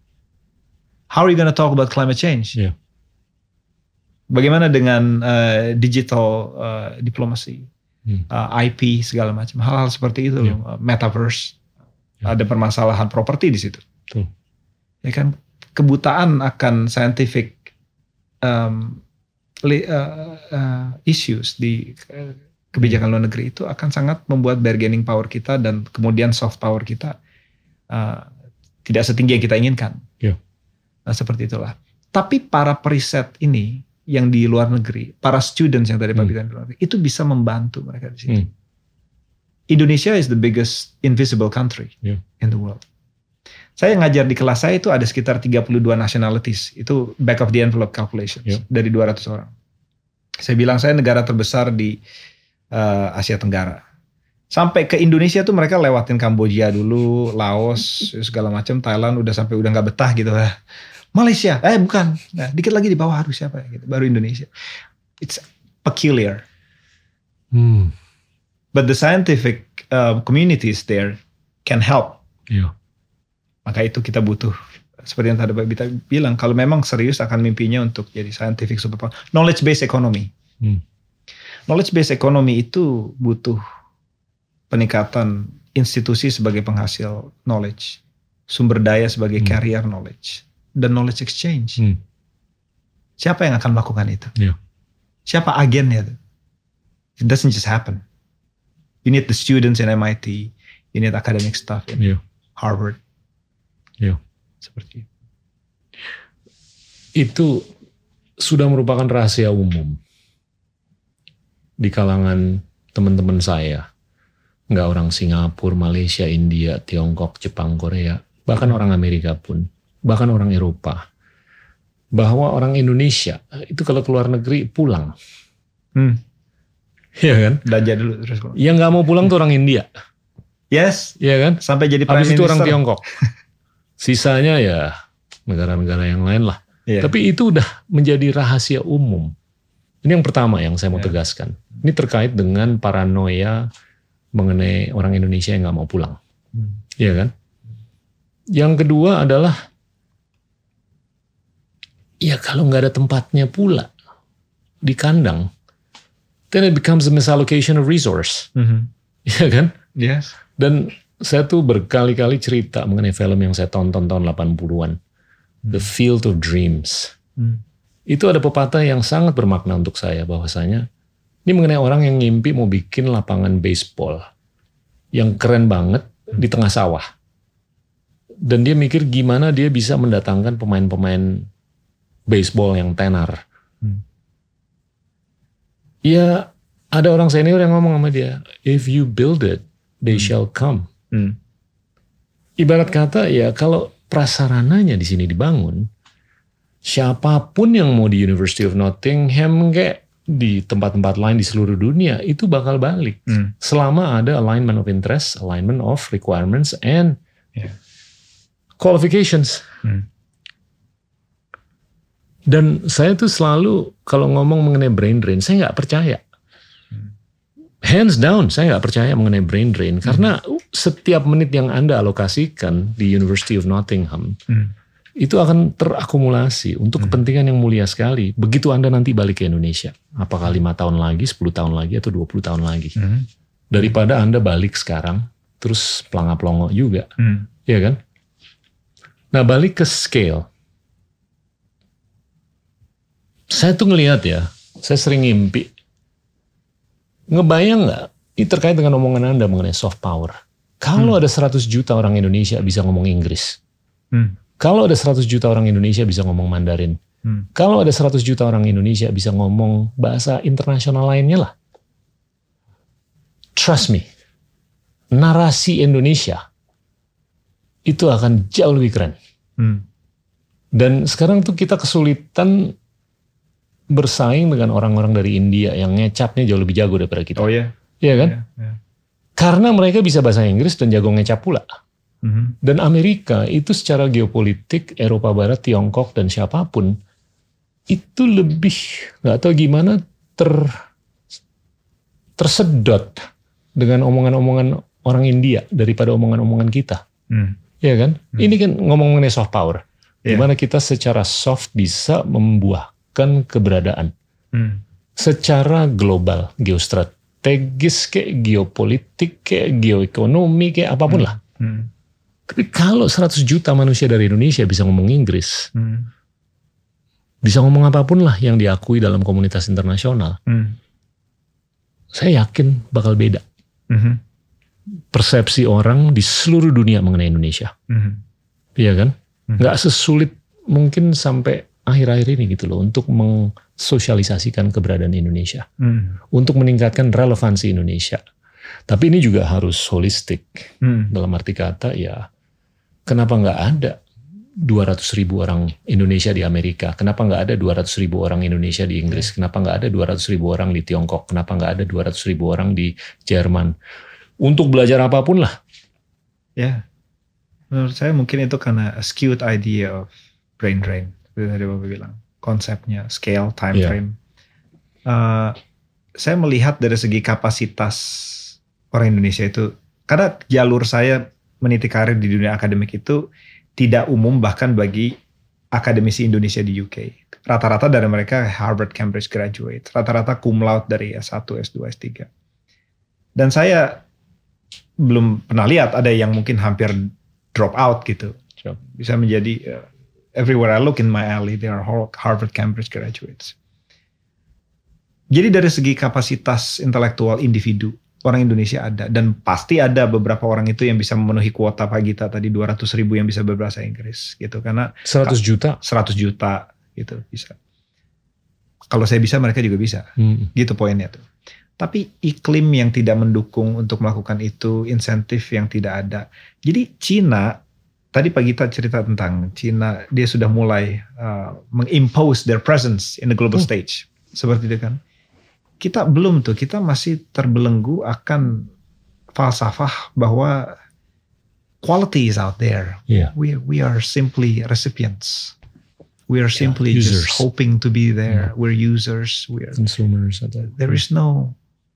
How are you going to talk about climate change? Yeah. Bagaimana dengan uh, digital uh, diplomasi, hmm. uh, I P segala macam, hal-hal seperti itu, yeah. loh. Metaverse, yeah. ada permasalahan properti di situ. Tuh. Ya kan, kebutaan akan scientific um, li, uh, uh, issues di uh, kebijakan luar negeri itu akan sangat membuat bargaining power kita dan kemudian soft power kita uh, tidak setinggi yang kita inginkan. Yeah. Nah, seperti itulah. Tapi para periset ini yang di luar negeri, para students yang tadi Pak Bita bilang, itu bisa membantu mereka di situ. Hmm. Indonesia is the biggest invisible country yeah. in the world. Saya ngajar di kelas saya itu ada sekitar tiga puluh dua nationalities, itu back of the envelope calculations yeah. dari dua ratus orang. Saya bilang saya negara terbesar di uh, Asia Tenggara. Sampai ke Indonesia tuh mereka lewatin Kamboja dulu, Laos, segala macam, Thailand udah sampai udah nggak betah gitu lah. Malaysia, eh bukan, nah, dikit lagi di bawah harus siapa ya, gitu. Baru Indonesia. It's peculiar. Hmm. But the scientific uh, communities there can help. Yeah. Maka itu kita butuh, seperti yang tadi Pak Bita bilang, kalau memang serius akan mimpinya untuk jadi scientific superpower, knowledge based economy. Hmm. Knowledge based economy itu butuh peningkatan institusi sebagai penghasil knowledge, sumber daya sebagai hmm. carrier knowledge. Dan knowledge exchange. Hmm. Siapa yang akan melakukan itu? Yeah. Siapa agennya? It doesn't just happen. You need the students in M I T. You need academic staff in yeah. Harvard. Yeah. Seperti itu. Itu sudah merupakan rahasia umum di kalangan teman-teman saya. Nggak orang Singapura, Malaysia, India, Tiongkok, Jepang, Korea. Bahkan hmm. orang Amerika pun. Bahkan orang Eropa, bahwa orang Indonesia itu kalau keluar negeri pulang, hmm. ya kan? Belanja dulu terus. Yang nggak mau pulang tuh orang India, yes, ya kan? Sampai jadi prime minister. Habis itu orang Tiongkok, sisanya ya negara-negara yang lain lah. Yeah. Tapi itu udah menjadi rahasia umum. Ini yang pertama yang saya mau yeah. tegaskan. Ini terkait dengan paranoia mengenai orang Indonesia yang nggak mau pulang, hmm. ya kan? Yang kedua adalah ya kalau nggak ada tempatnya pula di kandang, then it becomes a misallocation of resource, mm-hmm. ya kan? Yes. Dan saya tuh berkali-kali cerita mengenai film yang saya tonton tahun delapan puluhan, mm. The Field of Dreams. Mm. Itu ada pepatah yang sangat bermakna untuk saya bahwasanya ini mengenai orang yang ngimpi mau bikin lapangan baseball yang keren banget mm. di tengah sawah, dan dia mikir gimana dia bisa mendatangkan pemain-pemain baseball yang tenar. Hmm. Ya ada orang senior yang ngomong sama dia, if you build it, they hmm. shall come. Hmm. Ibarat kata ya kalau prasarananya di sini dibangun, siapapun yang mau di University of Nottingham kayak di tempat-tempat lain di seluruh dunia itu bakal balik. Hmm. Selama ada alignment of interest, alignment of requirements and yeah. qualifications. Hmm. Dan saya tuh selalu kalau ngomong mengenai brain drain, saya nggak percaya. Hands down, saya nggak percaya mengenai brain drain. Hmm. Karena setiap menit yang Anda alokasikan di University of Nottingham, hmm. itu akan terakumulasi untuk hmm. kepentingan yang mulia sekali. Begitu Anda nanti balik ke Indonesia. Apakah lima tahun lagi, sepuluh tahun lagi, atau dua puluh tahun lagi. Hmm. Daripada Anda balik sekarang, terus pelangap-pelongo juga. Hmm. Iya kan? Nah, balik ke scale. Saya tuh ngelihat ya, saya sering ngimpi. Ngebayang nggak? Ini terkait dengan omongan Anda mengenai soft power. Kalau hmm. ada seratus juta orang Indonesia bisa ngomong Inggris. Hmm. Kalau ada seratus juta orang Indonesia bisa ngomong Mandarin. Hmm. Kalau ada seratus juta orang Indonesia bisa ngomong bahasa internasional lainnya lah. Trust me. Narasi Indonesia itu akan jauh lebih keren. Hmm. Dan sekarang tuh kita kesulitan bersaing dengan orang-orang dari India yang ngecapnya jauh lebih jago daripada kita. Oh iya? Iya kan? Yeah, yeah. Karena mereka bisa bahasa Inggris dan jago ngecap pula. Mm-hmm. Dan Amerika itu secara geopolitik, Eropa Barat, Tiongkok, dan siapapun, itu lebih, gak tahu gimana, ter, tersedot dengan omongan-omongan orang India daripada omongan-omongan kita. Mm. Iya kan? Mm. Ini kan ngomong mengenai soft power. Yeah. Gimana kita secara soft bisa membuah keberadaan hmm. secara global, geostrategis kayak geopolitik kayak geoekonomi kayak apapun hmm. lah. Hmm. Tapi kalau seratus juta manusia dari Indonesia bisa ngomong Inggris, hmm. bisa ngomong apapun lah yang diakui dalam komunitas internasional, hmm. saya yakin bakal beda. Hmm. Persepsi orang di seluruh dunia mengenai Indonesia, hmm. iya kan? Hmm. Nggak sesulit mungkin sampai akhir-akhir ini gitu loh, untuk mensosialisasikan keberadaan Indonesia. Hmm. Untuk meningkatkan relevansi Indonesia. Tapi ini juga harus holistik. Hmm. Dalam arti kata ya, kenapa nggak ada dua ratus ribu orang Indonesia di Amerika? Kenapa nggak ada dua ratus ribu orang Indonesia di Inggris? Kenapa nggak ada dua ratus ribu orang di Tiongkok? Kenapa nggak ada dua ratus ribu orang di Jerman? Untuk belajar apapun lah. Ya, menurut saya mungkin itu karena a skewed idea of brain drain. Tadi Bapak bilang konsepnya scale, time yeah. frame. Uh, saya melihat dari segi kapasitas orang Indonesia itu, karena jalur saya meniti karir di dunia akademik itu tidak umum bahkan bagi akademisi Indonesia di U K. Rata-rata dari mereka Harvard, Cambridge graduate, rata-rata cum laude dari S satu, S dua, S tiga. Dan saya belum pernah lihat ada yang mungkin hampir drop out gitu, bisa menjadi uh, everywhere I look in my alley, there are Harvard, Cambridge graduates. Jadi dari segi kapasitas intelektual individu, orang Indonesia ada. Dan pasti ada beberapa orang itu yang bisa memenuhi kuota Pak Gita tadi, dua ratus ribu yang bisa berbahasa Inggris. Gitu. Karena seratus juta? seratus juta gitu bisa. Kalau saya bisa, mereka juga bisa. Hmm. Gitu poinnya tuh. Tapi iklim yang tidak mendukung untuk melakukan itu, insentif yang tidak ada. Jadi Cina, tadi Pak Gita cerita tentang Cina, dia sudah mulai uh, mengimpose their presence in the global hmm. stage. Seperti itu kan. Kita belum tuh, kita masih terbelenggu akan falsafah bahwa quality is out there. Yeah. We we are simply recipients. We are simply yeah, just hoping to be there. Yeah. We're users. We are consumers. There is no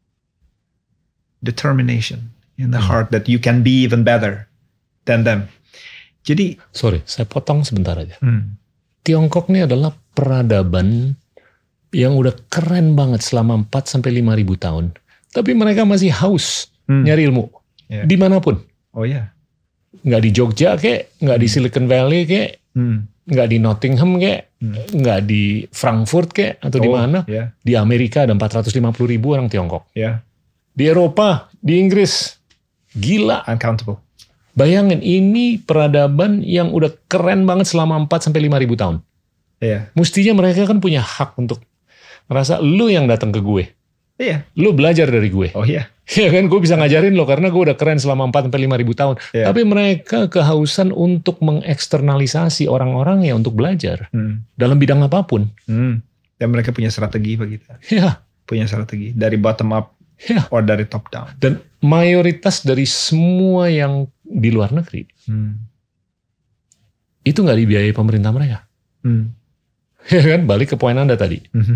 determination in the yeah. heart that you can be even better than them. Jadi, sorry, saya potong sebentar aja. Hmm. Tiongkok ini adalah peradaban yang udah keren banget selama empat sampai lima ribu tahun. Tapi mereka masih haus hmm. nyari ilmu. Yeah. Dimanapun. Oh ya. Yeah. Nggak di Jogja kek, nggak hmm. di Silicon Valley kek, hmm. nggak di Nottingham kek, hmm. nggak di Frankfurt kek, atau oh, di mana. Yeah. Di Amerika ada empat ratus lima puluh ribu orang Tiongkok. Yeah. Di Eropa, di Inggris. Gila. Uncountable. Bayangin, ini peradaban yang udah keren banget selama empat sampai lima ribu tahun. Iya. Mestinya mereka kan punya hak untuk merasa lu yang datang ke gue. Iya. Lu belajar dari gue. Oh iya. Iya kan, gue bisa ngajarin lo karena gue udah keren selama empat sampai lima ribu tahun. Iya. Tapi mereka kehausan untuk mengeksternalisasi orang-orang ya untuk belajar. Hmm. Dalam bidang apapun. Hmm. Dan mereka punya strategi Pak Gita. Ya. Punya strategi dari bottom up ya. or dari top down. Dan mayoritas dari semua yang di luar negeri hmm. itu nggak dibiayai pemerintah mereka. Hmm. Ya kan, balik ke poin Anda tadi. Hmm.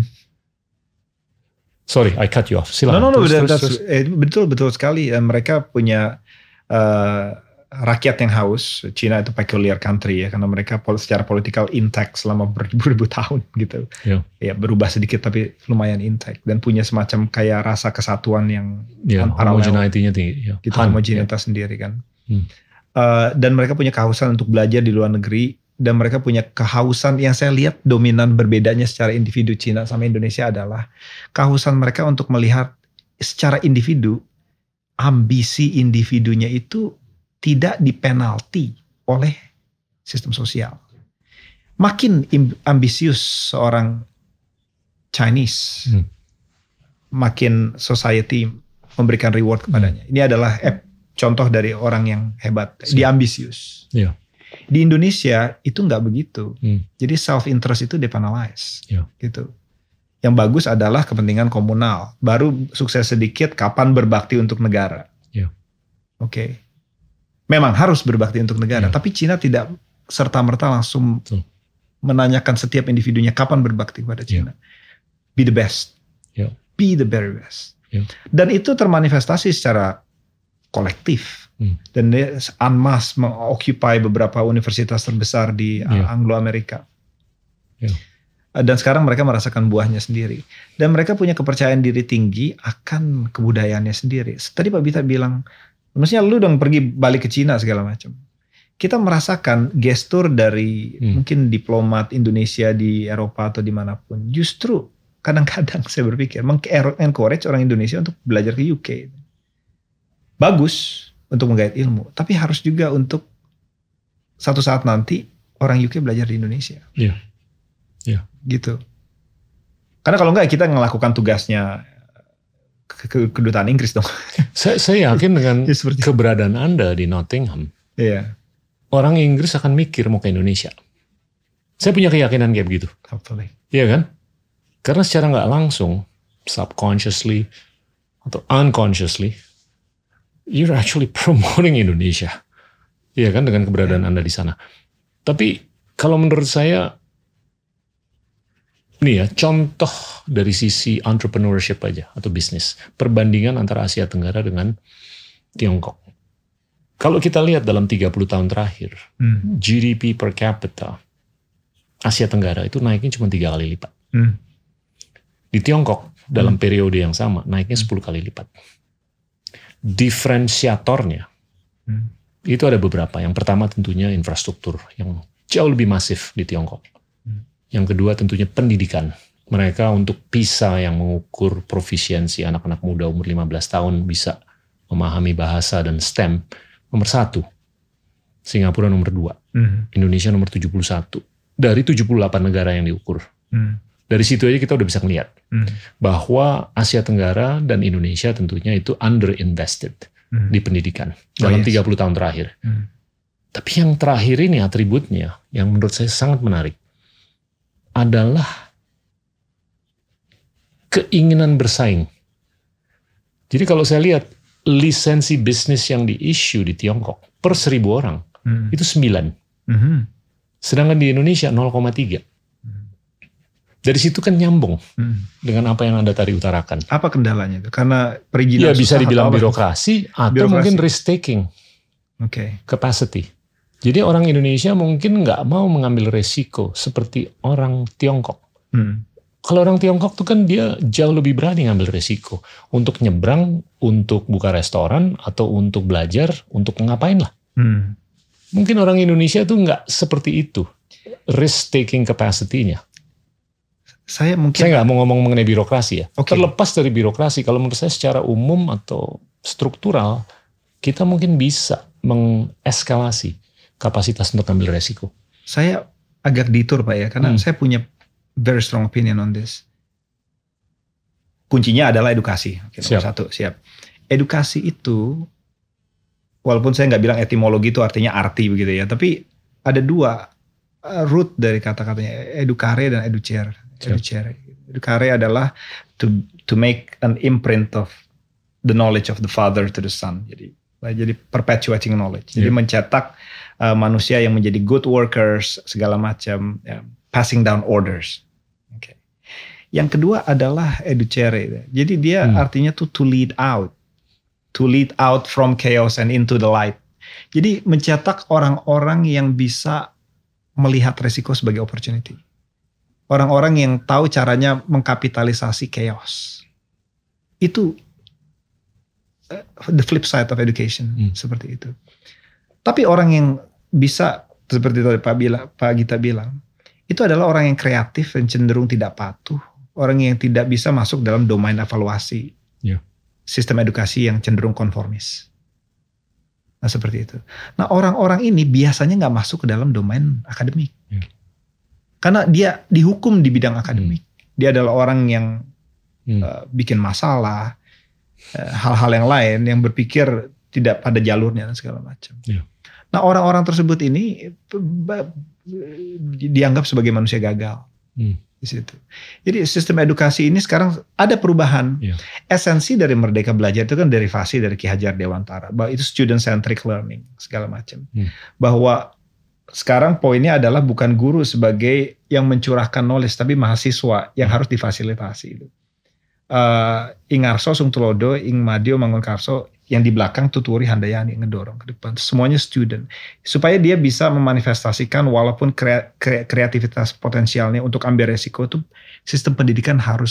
Sorry, I cut you off. Silakan. No, no, no, terus, terus, terus, terus. Eh, betul, betul sekali. Dan mereka punya uh, rakyat yang haus. Cina itu peculiar country ya, karena mereka secara politikal intact selama beribu-ribu tahun gitu. Yeah. Ya berubah sedikit tapi lumayan intact dan punya semacam kayak rasa kesatuan yang yeah, homogeneity-nya tinggi. Yeah. Gitu, homogenitas yeah. sendiri kan. Hmm. Uh, dan mereka punya kehausan untuk belajar di luar negeri dan mereka punya kehausan yang saya lihat dominan berbedanya secara individu Cina sama Indonesia adalah kehausan mereka untuk melihat secara individu ambisi individunya itu tidak dipenalti oleh sistem sosial. Makin ambisius seorang Chinese, hmm. makin society memberikan reward kepadanya. Hmm. Ini adalah eh, contoh dari orang yang hebat. So, dia ambisius. Yeah. Di Indonesia itu nggak begitu. Hmm. Jadi self interest itu depenalize. Yeah. Gitu. Yang bagus adalah kepentingan komunal. Baru sukses sedikit kapan berbakti untuk negara. Yeah. Oke. Okay. Memang harus berbakti untuk negara, yeah. tapi Cina tidak serta-merta langsung Betul. menanyakan setiap individunya kapan berbakti kepada Cina. Yeah. Be the best. Yeah. Be the very best. Yeah. Dan itu termanifestasi secara kolektif. Hmm. Dan dia en masse mengoccupy beberapa universitas terbesar di yeah. Anglo-Amerika. Yeah. Dan sekarang mereka merasakan buahnya sendiri. Dan mereka punya kepercayaan diri tinggi akan kebudayaannya sendiri. Tadi Pak Bita bilang, maksudnya lu dong pergi balik ke Cina segala macam. Kita merasakan gestur dari hmm. mungkin diplomat Indonesia di Eropa atau dimanapun. Justru kadang-kadang saya berpikir encourage orang Indonesia untuk belajar ke U K. Bagus untuk menggait ilmu, tapi harus juga untuk satu saat nanti orang U K belajar di Indonesia. Iya. Yeah. Yeah. Gitu. Karena kalau enggak kita ngelakukan tugasnya ke kedutaan Inggris dong. Saya, saya yakin dengan ya, keberadaan Anda di Nottingham, yeah. orang Inggris akan mikir mau ke Indonesia. Saya punya keyakinan kayak begitu. Hopefully. Iya kan? Karena secara nggak langsung, subconsciously atau unconsciously, you're actually promoting Indonesia. Iya kan, dengan keberadaan yeah. Anda di sana. Tapi kalau menurut saya, nih ya, contoh dari sisi entrepreneurship aja atau bisnis. Perbandingan antara Asia Tenggara dengan Tiongkok. Kalau kita lihat dalam tiga puluh tahun terakhir, hmm. G D P per capita Asia Tenggara itu naiknya cuma tiga kali lipat. Hmm. Di Tiongkok dalam hmm. periode yang sama naiknya sepuluh kali lipat. Diferensiatornya hmm. itu ada beberapa. Yang pertama tentunya infrastruktur yang jauh lebih masif di Tiongkok. Yang kedua tentunya pendidikan. Mereka untuk PISA yang mengukur profisiensi anak-anak muda umur lima belas tahun bisa memahami bahasa dan STEM. Nomor satu. Singapura nomor dua. Mm. Indonesia nomor tujuh puluh satu. Dari tujuh puluh delapan negara yang diukur. Mm. Dari situ aja kita udah bisa ngeliat. Mm. Bahwa Asia Tenggara dan Indonesia tentunya itu underinvested mm. di pendidikan. Dalam oh, yes. tiga puluh tahun terakhir. Mm. Tapi yang terakhir ini atributnya yang menurut saya sangat menarik. Adalah keinginan bersaing. Jadi kalau saya lihat lisensi bisnis yang di-issue di Tiongkok per seribu orang hmm. itu sembilan. Hmm. Sedangkan di Indonesia nol koma tiga. Hmm. Dari situ kan nyambung hmm. dengan apa yang Anda tadi utarakan. Apa kendalanya itu? Karena perizinan ya bisa dibilang atau birokrasi atau birokrasi. Mungkin risk taking. Okay. Capacity. Jadi orang Indonesia mungkin nggak mau mengambil resiko seperti orang Tiongkok. Hmm. Kalau orang Tiongkok tuh kan dia jauh lebih berani ngambil resiko untuk nyebrang, untuk buka restoran atau untuk belajar, untuk ngapain lah. Hmm. Mungkin orang Indonesia tuh nggak seperti itu risk taking capacity-nya. Saya mungkin saya nggak mau ngomong mengenai birokrasi ya. Okay. Terlepas dari birokrasi, kalau menurut saya secara umum atau struktural kita mungkin bisa mengeskalasi kapasitas untuk ambil resiko. Saya agak detour Pak ya, karena hmm. saya punya very strong opinion on this. Kuncinya adalah edukasi. Oke, nomor satu, siap. Edukasi itu, walaupun saya nggak bilang etimologi itu artinya arti begitu ya, tapi ada dua uh, root dari kata-katanya educare dan educere. Educere. Educare adalah to to make an imprint of the knowledge of the father to the son. Jadi jadi perpetuating knowledge. Jadi yeah. mencetak uh, manusia yang menjadi good workers segala macam, ya, passing down orders. Okay. Yang kedua adalah educere. Jadi dia hmm. artinya tuh to lead out, to lead out from chaos and into the light. Jadi mencetak orang-orang yang bisa melihat resiko sebagai opportunity. Orang-orang yang tahu caranya mengkapitalisasi chaos. Itu the flip side of education, hmm. seperti itu. Tapi orang yang bisa seperti tadi Pak Bila, Pak Gita bilang, itu adalah orang yang kreatif dan cenderung tidak patuh, orang yang tidak bisa masuk dalam domain evaluasi, yeah. sistem edukasi yang cenderung konformis. Nah seperti itu. Nah orang-orang ini biasanya nggak masuk ke dalam domain akademik, yeah. karena dia dihukum di bidang akademik. Hmm. Dia adalah orang yang hmm. uh, bikin masalah. Hal-hal yang lain yang berpikir tidak pada jalurnya dan segala macam. Ya. Nah orang-orang tersebut ini dianggap sebagai manusia gagal hmm. di situ. Jadi sistem edukasi ini sekarang ada perubahan. Ya. Esensi dari Merdeka Belajar itu kan derivasi dari Ki Hajar Dewantara, bahwa itu student centric learning segala macam. Hmm. Bahwa sekarang poinnya adalah bukan guru sebagai yang mencurahkan knowledge, tapi mahasiswa yang harus difasilitasi itu. Uh, ing Arso Sung Tulodo, ing Madio Mangunkarso, yang di belakang Tuturi Handayani ngedorong ke depan. Semuanya student. Supaya dia bisa memanifestasikan walaupun kre, kre, kreativitas potensialnya untuk ambil resiko itu, sistem pendidikan harus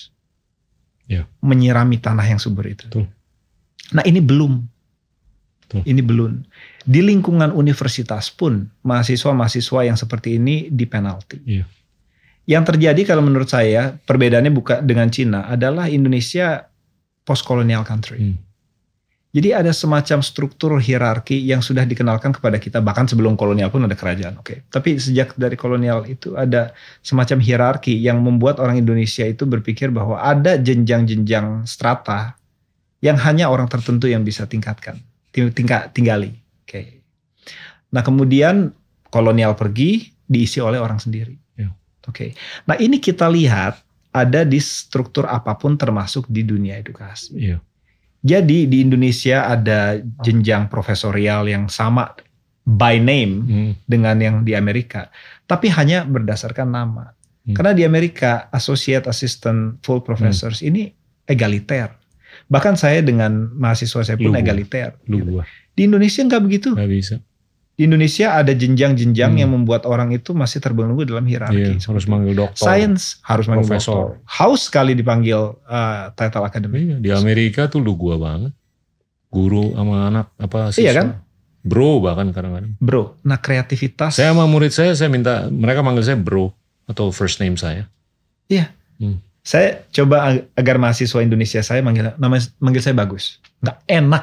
yeah. menyirami tanah yang subur itu. Betul. Nah ini belum. Betul. Ini belum. Di lingkungan universitas pun mahasiswa-mahasiswa yang seperti ini di penalti. Yeah. Yang terjadi kalau menurut saya perbedaannya bukan dengan Cina adalah Indonesia post-colonial country. Hmm. Jadi ada semacam struktur hierarki yang sudah dikenalkan kepada kita bahkan sebelum kolonial pun ada kerajaan. Oke, okay. Tapi sejak dari kolonial itu ada semacam hierarki yang membuat orang Indonesia itu berpikir bahwa ada jenjang-jenjang strata yang hanya orang tertentu yang bisa tingkatkan, tingkat tinggali. Oke. Okay. Nah kemudian kolonial pergi diisi oleh orang sendiri. Oke, okay. Nah ini kita lihat ada di struktur apapun termasuk di dunia edukasi. Yeah. Jadi di Indonesia ada jenjang profesorial yang sama by name mm. dengan yang di Amerika, tapi hanya berdasarkan nama. Mm. Karena di Amerika associate, assistant, full professors mm. ini egaliter. Bahkan saya dengan mahasiswa saya pun Lugu. egaliter. Lugu. Di Indonesia nggak begitu. Nggak bisa. Di Indonesia ada jenjang-jenjang hmm. yang membuat orang itu masih terbelenggu dalam hierarki. Iya, harus manggil dokter. Sains harus manggil profesor. Dokter. Haus sekali dipanggil uh, title akademik. Iya, di Amerika tuh lu gua banget. Guru sama anak apa siswa. Iya kan? Bro bahkan kadang-kadang. Bro. Nah kreativitas. Saya sama murid saya, saya minta mereka manggil saya bro atau first name saya. Iya. Hmm. Saya coba agar mahasiswa Indonesia saya manggil nama manggil saya bagus. Nggak enak.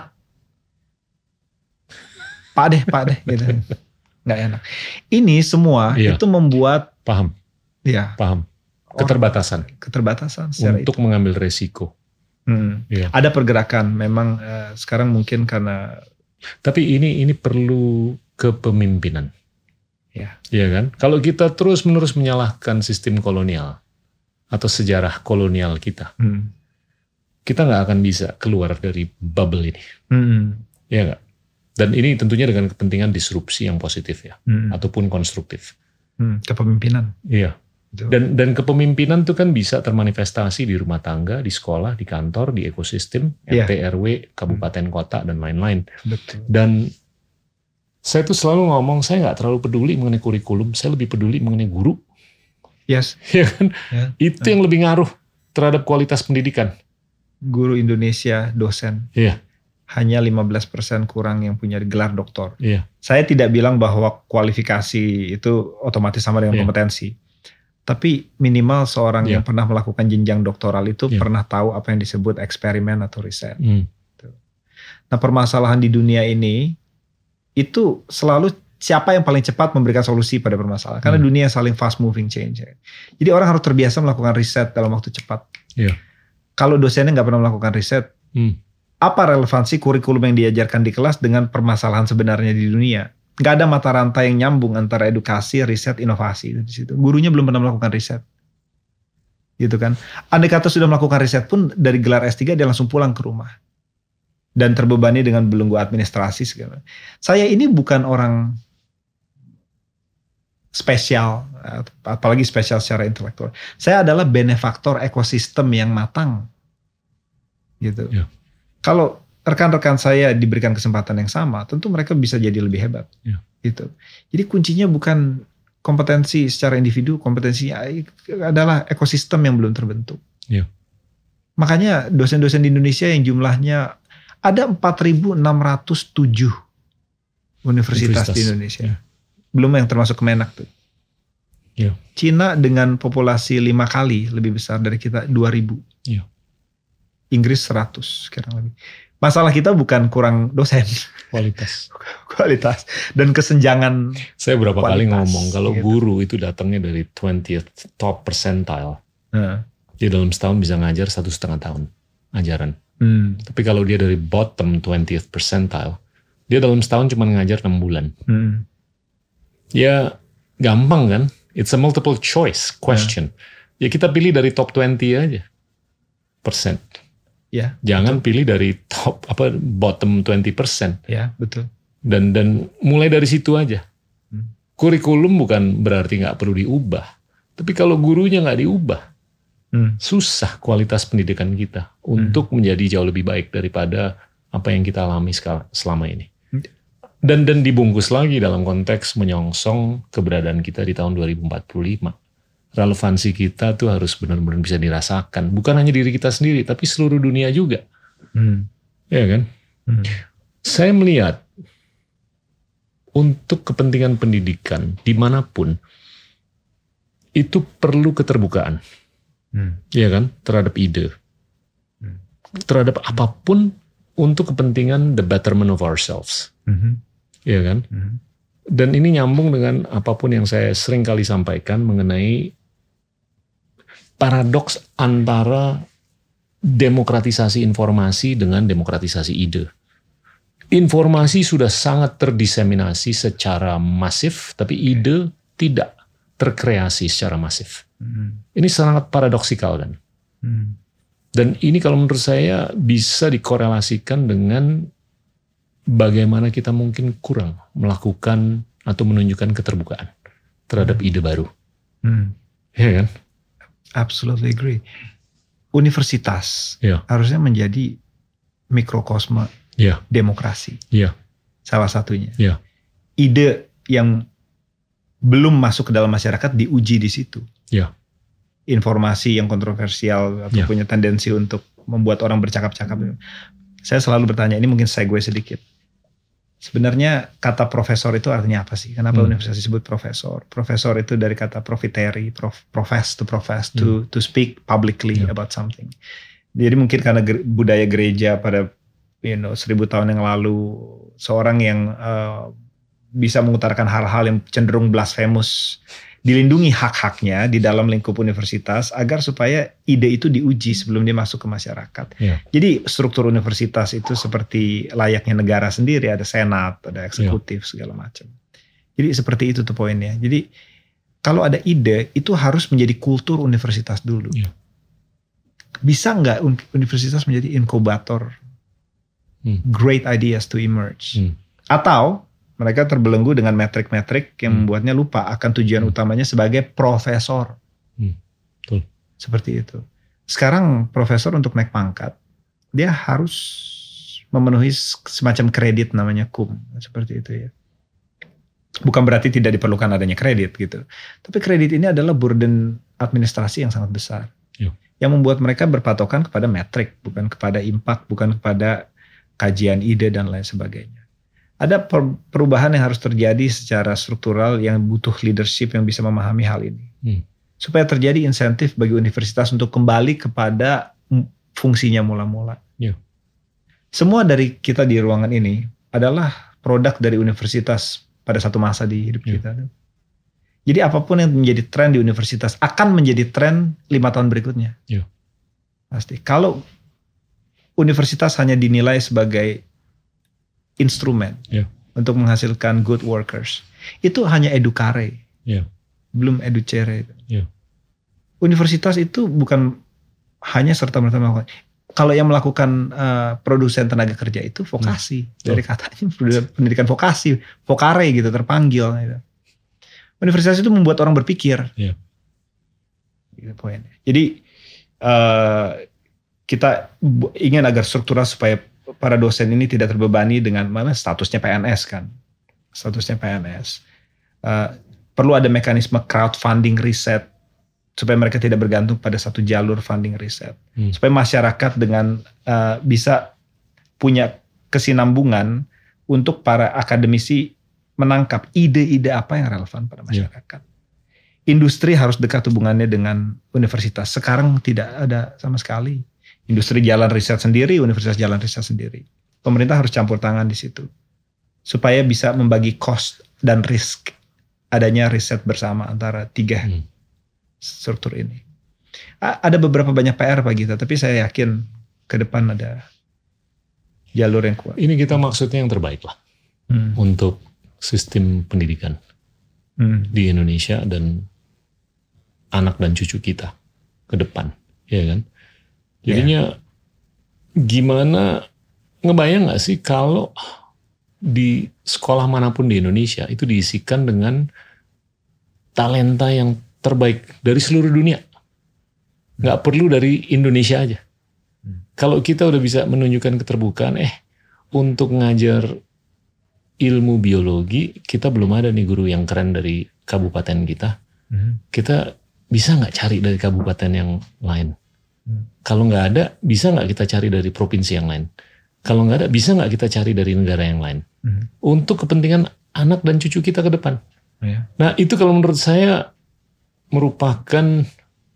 Pak deh, Pak deh, gitu. Nggak enak. Ini semua iya. itu membuat paham, ya, paham. Keterbatasan, keterbatasan untuk itu. mengambil resiko. Hmm. Iya. Ada pergerakan, memang uh, sekarang mungkin karena. Tapi ini ini perlu kepemimpinan, ya, iya kan? Kalau kita terus menerus menyalahkan sistem kolonial atau sejarah kolonial kita, hmm. kita nggak akan bisa keluar dari bubble ini, hmm. ya nggak? Dan ini tentunya dengan kepentingan disrupsi yang positif ya, hmm. ataupun konstruktif. Hmm, kepemimpinan. Iya. Betul. Dan dan kepemimpinan itu kan bisa termanifestasi di rumah tangga, di sekolah, di kantor, di ekosistem, R T, yeah. R W, kabupaten, kota, dan lain-lain. Betul. Dan saya tuh selalu ngomong, saya nggak terlalu peduli mengenai kurikulum, saya lebih peduli mengenai guru. Yes. Ya kan? Yeah. Itu yang lebih ngaruh terhadap kualitas pendidikan. Guru Indonesia, dosen. Iya. Yeah. Hanya lima belas persen kurang yang punya gelar doktor. Iya. Saya tidak bilang bahwa kualifikasi itu otomatis sama dengan iya. kompetensi. Tapi minimal seorang iya. yang pernah melakukan jenjang doktoral itu iya. pernah tahu apa yang disebut eksperimen atau riset. Mm. Nah permasalahan di dunia ini itu selalu siapa yang paling cepat memberikan solusi pada permasalahan. Karena mm. dunia saling fast moving change. Jadi orang harus terbiasa melakukan riset dalam waktu cepat. Iya. Kalau dosennya nggak pernah melakukan riset, mm. apa relevansi kurikulum yang diajarkan di kelas dengan permasalahan sebenarnya di dunia? Gak ada mata rantai yang nyambung antara edukasi, riset, inovasi di situ. Gurunya belum pernah melakukan riset, gitu kan. Andai kata sudah melakukan riset pun dari gelar S tiga dia langsung pulang ke rumah dan terbebani dengan belenggu administrasi segala. Saya ini bukan orang spesial, apalagi spesial secara intelektual. Saya adalah benefaktor ekosistem yang matang, gitu. Ya. Kalau rekan-rekan saya diberikan kesempatan yang sama, tentu mereka bisa jadi lebih hebat. Ya. Gitu. Jadi kuncinya bukan kompetensi secara individu, kompetensi adalah ekosistem yang belum terbentuk. Ya. Makanya dosen-dosen di Indonesia yang jumlahnya ada empat ribu enam ratus tujuh universitas, universitas di Indonesia. Ya. Belum yang termasuk Kemenak tuh. Ya. Cina dengan populasi lima kali lebih besar dari kita, dua ribu. Ya. Inggris seratus sekarang lebih. Masalah kita bukan kurang dosen. Kualitas. Kualitas. Dan kesenjangan. Saya berapa kualitas, kali ngomong, kalau gitu. Guru itu datangnya dari twentieth top percentile. Hmm. Dia dalam setahun bisa ngajar satu setengah tahun ajaran. Hmm. Tapi kalau dia dari bottom twentieth percentile, dia dalam setahun cuma ngajar enam bulan. Hmm. Ya gampang kan? It's a multiple choice question. Hmm. Ya kita pilih dari top twenty aja. Persen. Ya, jangan betul. Pilih dari top apa bottom twenty percent. Ya, betul. Dan dan mulai dari situ aja. Hmm. Kurikulum bukan berarti nggak perlu diubah, tapi kalau gurunya nggak diubah, hmm. susah kualitas pendidikan kita untuk hmm. menjadi jauh lebih baik daripada apa yang kita alami selama ini. Hmm. Dan dan dibungkus lagi dalam konteks menyongsong keberadaan kita di tahun dua ribu empat puluh lima. Relevansi kita tuh harus benar-benar bisa dirasakan. Bukan hanya diri kita sendiri, tapi seluruh dunia juga. Hmm. Ya kan? Hmm. Saya melihat untuk kepentingan pendidikan dimanapun, itu perlu keterbukaan. Hmm. Ya kan? Terhadap ide. Hmm. Terhadap apapun untuk kepentingan the betterment of ourselves. Hmm. Ya kan? Hmm. Dan ini nyambung dengan apapun yang saya sering kali sampaikan mengenai paradoks antara demokratisasi informasi dengan demokratisasi ide. Informasi sudah sangat terdiseminasi secara masif, tapi ide tidak terkreasi secara masif. Hmm. Ini sangat paradoksikal kan. Hmm. Dan ini kalau menurut saya bisa dikorelasikan dengan bagaimana kita mungkin kurang melakukan atau menunjukkan keterbukaan terhadap ide baru. Hmm. Ya kan? Absolutely agree. Universitas yeah. harusnya menjadi mikrokosme yeah. demokrasi. Yeah. Salah satunya. Yeah. Ide yang belum masuk ke dalam masyarakat diuji di situ. Yeah. Informasi yang kontroversial atau yeah. punya tendensi untuk membuat orang bercakap-cakap. Saya selalu bertanya, ini mungkin segue sedikit. Sebenarnya kata profesor itu artinya apa sih? Kenapa hmm. universitas disebut profesor? Profesor itu dari kata profiteri, prof, profess to profess, to hmm. to speak publicly yeah. about something. Jadi mungkin karena budaya gereja pada you know seribu tahun yang lalu, seorang yang uh, bisa mengutarakan hal-hal yang cenderung blasphemous, dilindungi hak-haknya di dalam lingkup universitas agar supaya ide itu diuji sebelum dia masuk ke masyarakat. Yeah. Jadi struktur universitas itu seperti layaknya negara sendiri, ada senat, ada eksekutif, yeah. segala macam. Jadi seperti itu tuh poinnya. Jadi kalau ada ide itu harus menjadi kultur universitas dulu. Yeah. Bisa nggak universitas menjadi inkubator hmm. great ideas to emerge? Hmm. Atau mereka terbelenggu dengan metrik-metrik yang hmm. membuatnya lupa akan tujuan hmm. utamanya sebagai profesor. Hmm. Betul. Seperti itu. Sekarang profesor untuk naik pangkat, dia harus memenuhi semacam kredit namanya cum. Seperti itu ya. Bukan berarti tidak diperlukan adanya kredit gitu. Tapi kredit ini adalah burden administrasi yang sangat besar. Yo. Yang membuat mereka berpatokan kepada metrik, bukan kepada impact, bukan kepada kajian ide dan lain sebagainya. Ada perubahan yang harus terjadi secara struktural yang butuh leadership yang bisa memahami hal ini. Hmm. Supaya terjadi insentif bagi universitas untuk kembali kepada fungsinya mula-mula. Yeah. Semua dari kita di ruangan ini adalah produk dari universitas pada satu masa di hidup yeah. kita. Jadi apapun yang menjadi tren di universitas akan menjadi tren lima tahun berikutnya. Yeah. Pasti. Kalau universitas hanya dinilai sebagai instrumen, yeah. untuk menghasilkan good workers. Itu hanya educare, yeah. belum educere. Yeah. Universitas itu bukan hanya serta-merta melakukan. Kalau yang melakukan uh, produsen tenaga kerja itu vokasi, hmm. dari katanya pendidikan vokasi, vokare gitu, terpanggil. Gitu. Universitas itu membuat orang berpikir. Yeah. Gitu poinnya. Jadi uh, kita ingin agar struktural supaya para dosen ini tidak terbebani dengan mana statusnya P N S kan, statusnya P N S. Uh, perlu ada mekanisme crowdfunding riset supaya mereka tidak bergantung pada satu jalur funding riset, hmm. supaya masyarakat dengan uh, bisa punya kesinambungan untuk para akademisi menangkap ide-ide apa yang relevan pada masyarakat. Yeah. Industri harus dekat hubungannya dengan universitas. Sekarang tidak ada sama sekali. Industri jalan riset sendiri, universitas jalan riset sendiri. Pemerintah harus campur tangan di situ supaya bisa membagi cost dan risk adanya riset bersama antara tiga hmm. struktur ini. Ada beberapa banyak P R Pak Gita, tapi saya yakin ke depan ada jalur yang kuat. Ini kita maksudnya yang terbaik lah hmm. untuk sistem pendidikan hmm. di Indonesia dan anak dan cucu kita ke depan, ya kan? Jadinya yeah. gimana, ngebayang gak sih kalau di sekolah manapun di Indonesia itu diisikan dengan talenta yang terbaik dari seluruh dunia. Gak perlu dari Indonesia aja. Hmm. Kalau kita udah bisa menunjukkan keterbukaan, eh untuk ngajar ilmu biologi, kita belum ada nih guru yang keren dari kabupaten kita. Hmm. Kita bisa gak cari dari kabupaten yang lain? Hmm. Kalau nggak ada, bisa nggak kita cari dari provinsi yang lain? Kalau nggak ada, bisa nggak kita cari dari negara yang lain? Hmm. Untuk kepentingan anak dan cucu kita ke depan. Yeah. Nah itu kalau menurut saya merupakan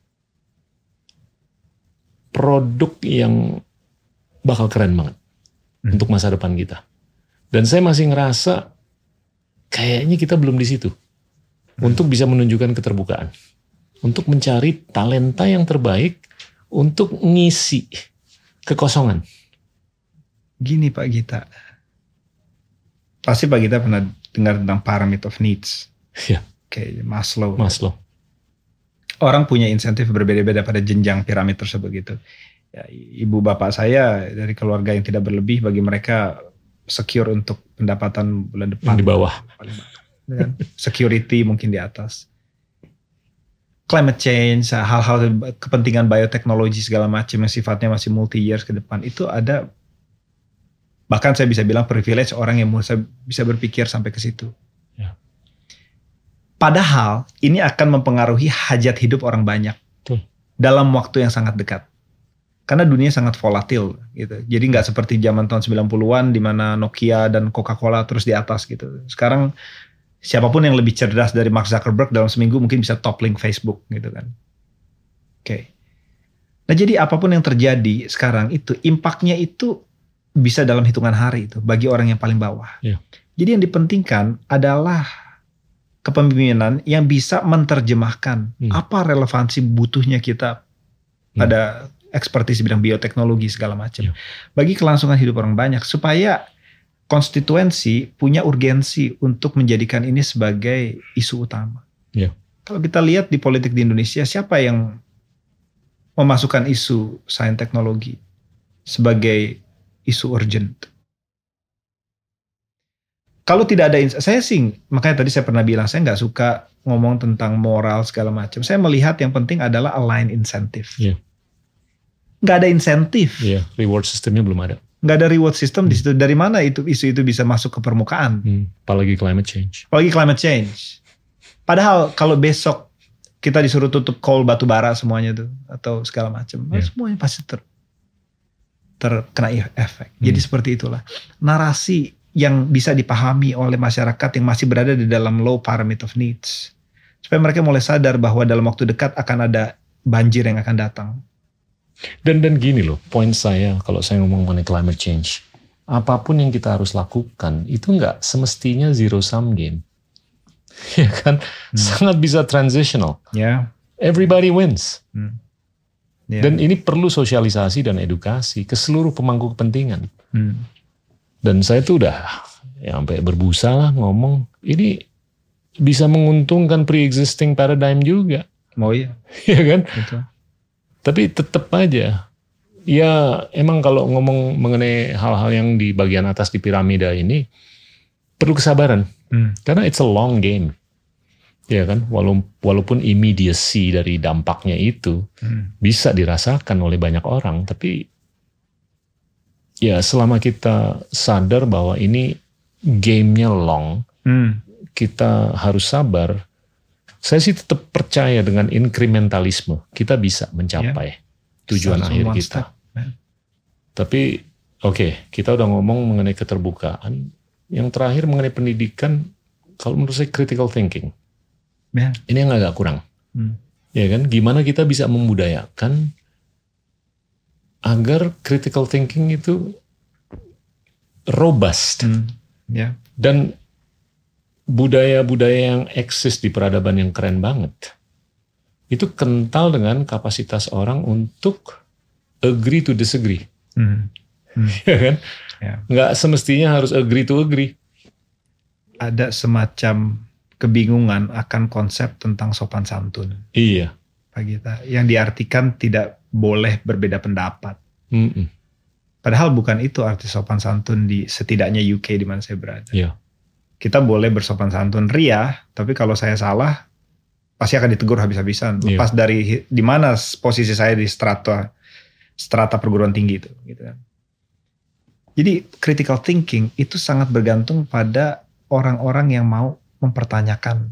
produk yang bakal keren banget hmm. untuk masa depan kita. Dan saya masih ngerasa kayaknya kita belum di situ hmm. untuk bisa menunjukkan keterbukaan, untuk mencari talenta yang terbaik. Untuk ngisi kekosongan. Gini Pak Gita. Pasti Pak Gita pernah dengar tentang pyramid of needs. Ya. Kayak Maslow. Maslow. Orang punya insentif berbeda-beda pada jenjang piramid tersebut gitu. Ya, ibu bapak saya dari keluarga yang tidak berlebih, bagi mereka secure untuk pendapatan bulan depan. Yang di bawah. Kan? Security mungkin di atas. Climate change, hal-hal kepentingan bioteknologi segala macam yang sifatnya masih multi years ke depan, itu ada, bahkan saya bisa bilang privilege orang yang bisa berpikir sampai ke situ. Ya. Padahal ini akan mempengaruhi hajat hidup orang banyak Tuh. dalam waktu yang sangat dekat. Karena dunia sangat volatil gitu. Jadi nggak seperti zaman tahun sembilan puluhan di mana Nokia dan Coca-Cola terus di atas gitu. Sekarang siapapun yang lebih cerdas dari Mark Zuckerberg dalam seminggu mungkin bisa top link Facebook gitu kan. Oke. Okay. Nah jadi apapun yang terjadi sekarang itu, impactnya itu bisa dalam hitungan hari itu bagi orang yang paling bawah. Yeah. Jadi yang dipentingkan adalah kepemimpinan yang bisa menerjemahkan hmm. apa relevansi butuhnya kita hmm. pada ekspertis bidang bioteknologi segala macam. Yeah. Bagi kelangsungan hidup orang banyak supaya konstituensi punya urgensi untuk menjadikan ini sebagai isu utama. Yeah. Kalau kita lihat di politik di Indonesia, siapa yang memasukkan isu sains teknologi sebagai isu urgent? Kalau tidak ada, saya sih, makanya tadi saya pernah bilang, saya nggak suka ngomong tentang moral segala macam. Saya melihat yang penting adalah align insentif. Yeah. Nggak ada insentif. Yeah. Reward sistemnya belum ada. Nggak ada reward system hmm. di situ. Dari mana itu isu itu bisa masuk ke permukaan? Hmm. Apalagi climate change. Apalagi climate change. Padahal kalau besok kita disuruh tutup coal, batu bara semuanya tuh atau segala macam, yeah. semuanya pasti ter, terkena efek. Hmm. Jadi seperti itulah narasi yang bisa dipahami oleh masyarakat yang masih berada di dalam low pyramid of needs, supaya mereka mulai sadar bahwa dalam waktu dekat akan ada banjir yang akan datang. Dan dan gini loh, poin saya kalau saya ngomong mengenai climate change, apapun yang kita harus lakukan itu nggak semestinya zero sum game, ya kan? Hmm. Sangat bisa transitional. Yeah. Everybody wins. Hmm. Yeah. Dan ini perlu sosialisasi dan edukasi ke seluruh pemangku kepentingan. Hmm. Dan saya tuh udah ya sampai berbusa lah ngomong. Ini bisa menguntungkan pre-existing paradigm juga. Oh iya. Ya kan? Betul. Tapi tetap aja. Ya emang kalau ngomong mengenai hal-hal yang di bagian atas di piramida ini, perlu kesabaran. Hmm. Karena it's a long game. Ya kan? Walaupun immediacy dari dampaknya itu hmm. bisa dirasakan oleh banyak orang. Tapi ya selama kita sadar bahwa ini game-nya long, hmm. kita harus sabar. Saya sih tetap percaya dengan inkrementalisme. Kita bisa mencapai yeah. tujuan Start akhir kita. Step, Tapi oke, okay, kita udah ngomong mengenai keterbukaan. Yang terakhir mengenai pendidikan, kalau menurut saya critical thinking. Yeah. Ini yang agak kurang. Hmm. Ya kan? Gimana kita bisa membudayakan agar critical thinking itu robust. Hmm. Yeah. Dan budaya-budaya yang eksis di peradaban yang keren banget, itu kental dengan kapasitas orang untuk agree to disagree. Hmm. Hmm. Ya kan? Ya. Nggak semestinya harus agree to agree. Ada semacam kebingungan akan konsep tentang sopan santun. Iya. Pak Gita, yang diartikan tidak boleh berbeda pendapat. Mm-mm. Padahal bukan itu arti sopan santun di setidaknya U K di mana saya berada. Iya. Kita boleh bersopan santun ria, tapi kalau saya salah, pasti akan ditegur habis-habisan. Lepas yeah. dari di mana posisi saya di strata strata perguruan tinggi itu. Gitu kan. Jadi critical thinking itu sangat bergantung pada orang-orang yang mau mempertanyakan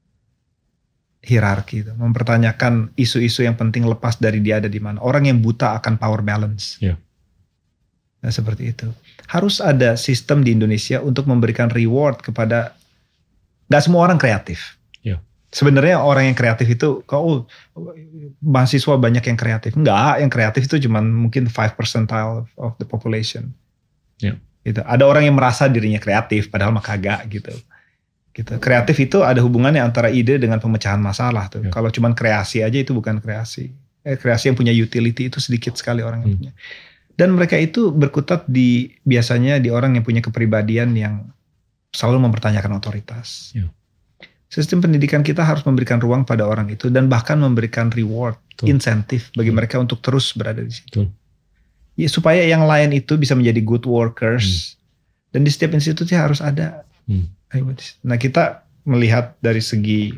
hierarki, itu, mempertanyakan isu-isu yang penting lepas dari dia ada di mana. Orang yang buta akan power balance. Yeah. Nah, seperti itu. Harus ada sistem di Indonesia untuk memberikan reward kepada, gak semua orang kreatif. Yeah. Sebenarnya orang yang kreatif itu, oh, mahasiswa banyak yang kreatif. Enggak, yang kreatif itu cuma mungkin five percentile of the population. Yeah. Gitu. Ada orang yang merasa dirinya kreatif, padahal mah kagak gitu. Gitu. Kreatif itu ada hubungannya antara ide dengan pemecahan masalah. Tuh. Yeah. Kalau cuma kreasi aja itu bukan kreasi. Eh, kreasi yang punya utility itu sedikit sekali orang yang hmm. punya. Dan mereka itu berkutat di biasanya di orang yang punya kepribadian yang selalu mempertanyakan otoritas. Ya. Sistem pendidikan kita harus memberikan ruang pada orang itu dan bahkan memberikan reward, Betul. insentif bagi Betul. mereka untuk terus berada di situ. Ya, supaya yang lain itu bisa menjadi good workers. Hmm. Dan di setiap institusi harus ada. Hmm. Nah, kita melihat dari segi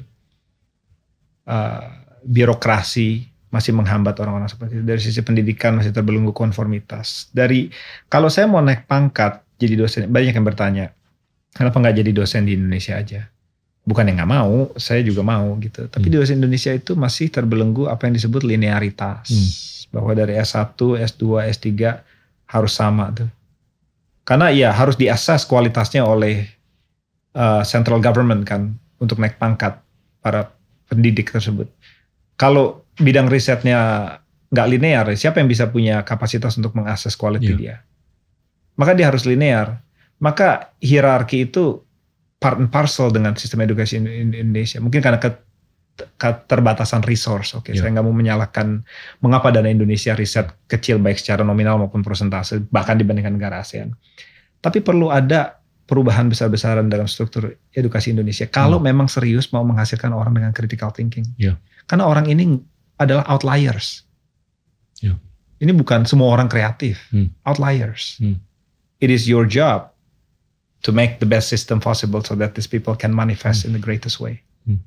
uh, birokrasi masih menghambat orang-orang seperti itu. Dari sisi pendidikan masih terbelenggu konformitas. Dari kalau saya mau naik pangkat jadi dosen, banyak yang bertanya, kenapa nggak jadi dosen di Indonesia aja? Bukan yang nggak mau, saya juga mau gitu. Tapi hmm. di dosen Indonesia itu masih terbelenggu apa yang disebut linearitas, hmm. bahwa dari S satu, S dua, S tiga harus sama tuh. Karena ya harus diasas kualitasnya oleh uh, central government kan untuk naik pangkat para pendidik tersebut. Kalau bidang risetnya nggak linear, siapa yang bisa punya kapasitas untuk mengakses quality yeah. dia? Maka dia harus linear. Maka hierarki itu part and parcel dengan sistem edukasi Indonesia. Mungkin karena keterbatasan resource. Oke, okay. yeah. saya nggak mau menyalahkan mengapa dana Indonesia riset kecil baik secara nominal maupun persentase, bahkan dibandingkan negara ASEAN. Tapi perlu ada perubahan besar-besaran dalam struktur edukasi Indonesia. Kalau hmm. memang serius mau menghasilkan orang dengan critical thinking. Yeah. Karena orang ini adalah outliers. Yeah. Ini bukan semua orang kreatif. Hmm. Outliers. Hmm. It is your job to make the best system possible so that these people can manifest hmm. in the greatest way. Hmm.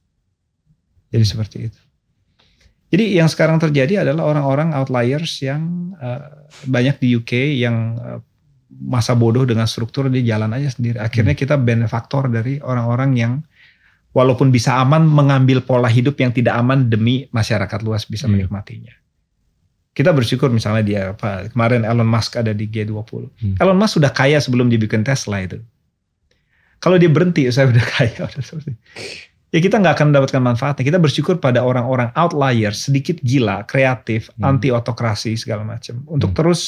Jadi seperti itu. Jadi yang sekarang terjadi adalah orang-orang outliers yang uh, banyak di U K yang uh, masa bodoh dengan struktur di jalan aja sendiri. Akhirnya hmm. kita benefaktor dari orang-orang yang walaupun bisa aman mengambil pola hidup yang tidak aman demi masyarakat luas bisa hmm. menikmatinya. Kita bersyukur misalnya dia apa kemarin Elon Musk ada di G dua puluh. Hmm. Elon Musk sudah kaya sebelum dibikin Tesla itu. Kalau dia berhenti saya udah kaya udah seperti. Ya kita nggak akan mendapatkan manfaatnya. Kita bersyukur pada orang-orang outlier sedikit gila, kreatif, hmm. anti otokrasi segala macam untuk hmm. terus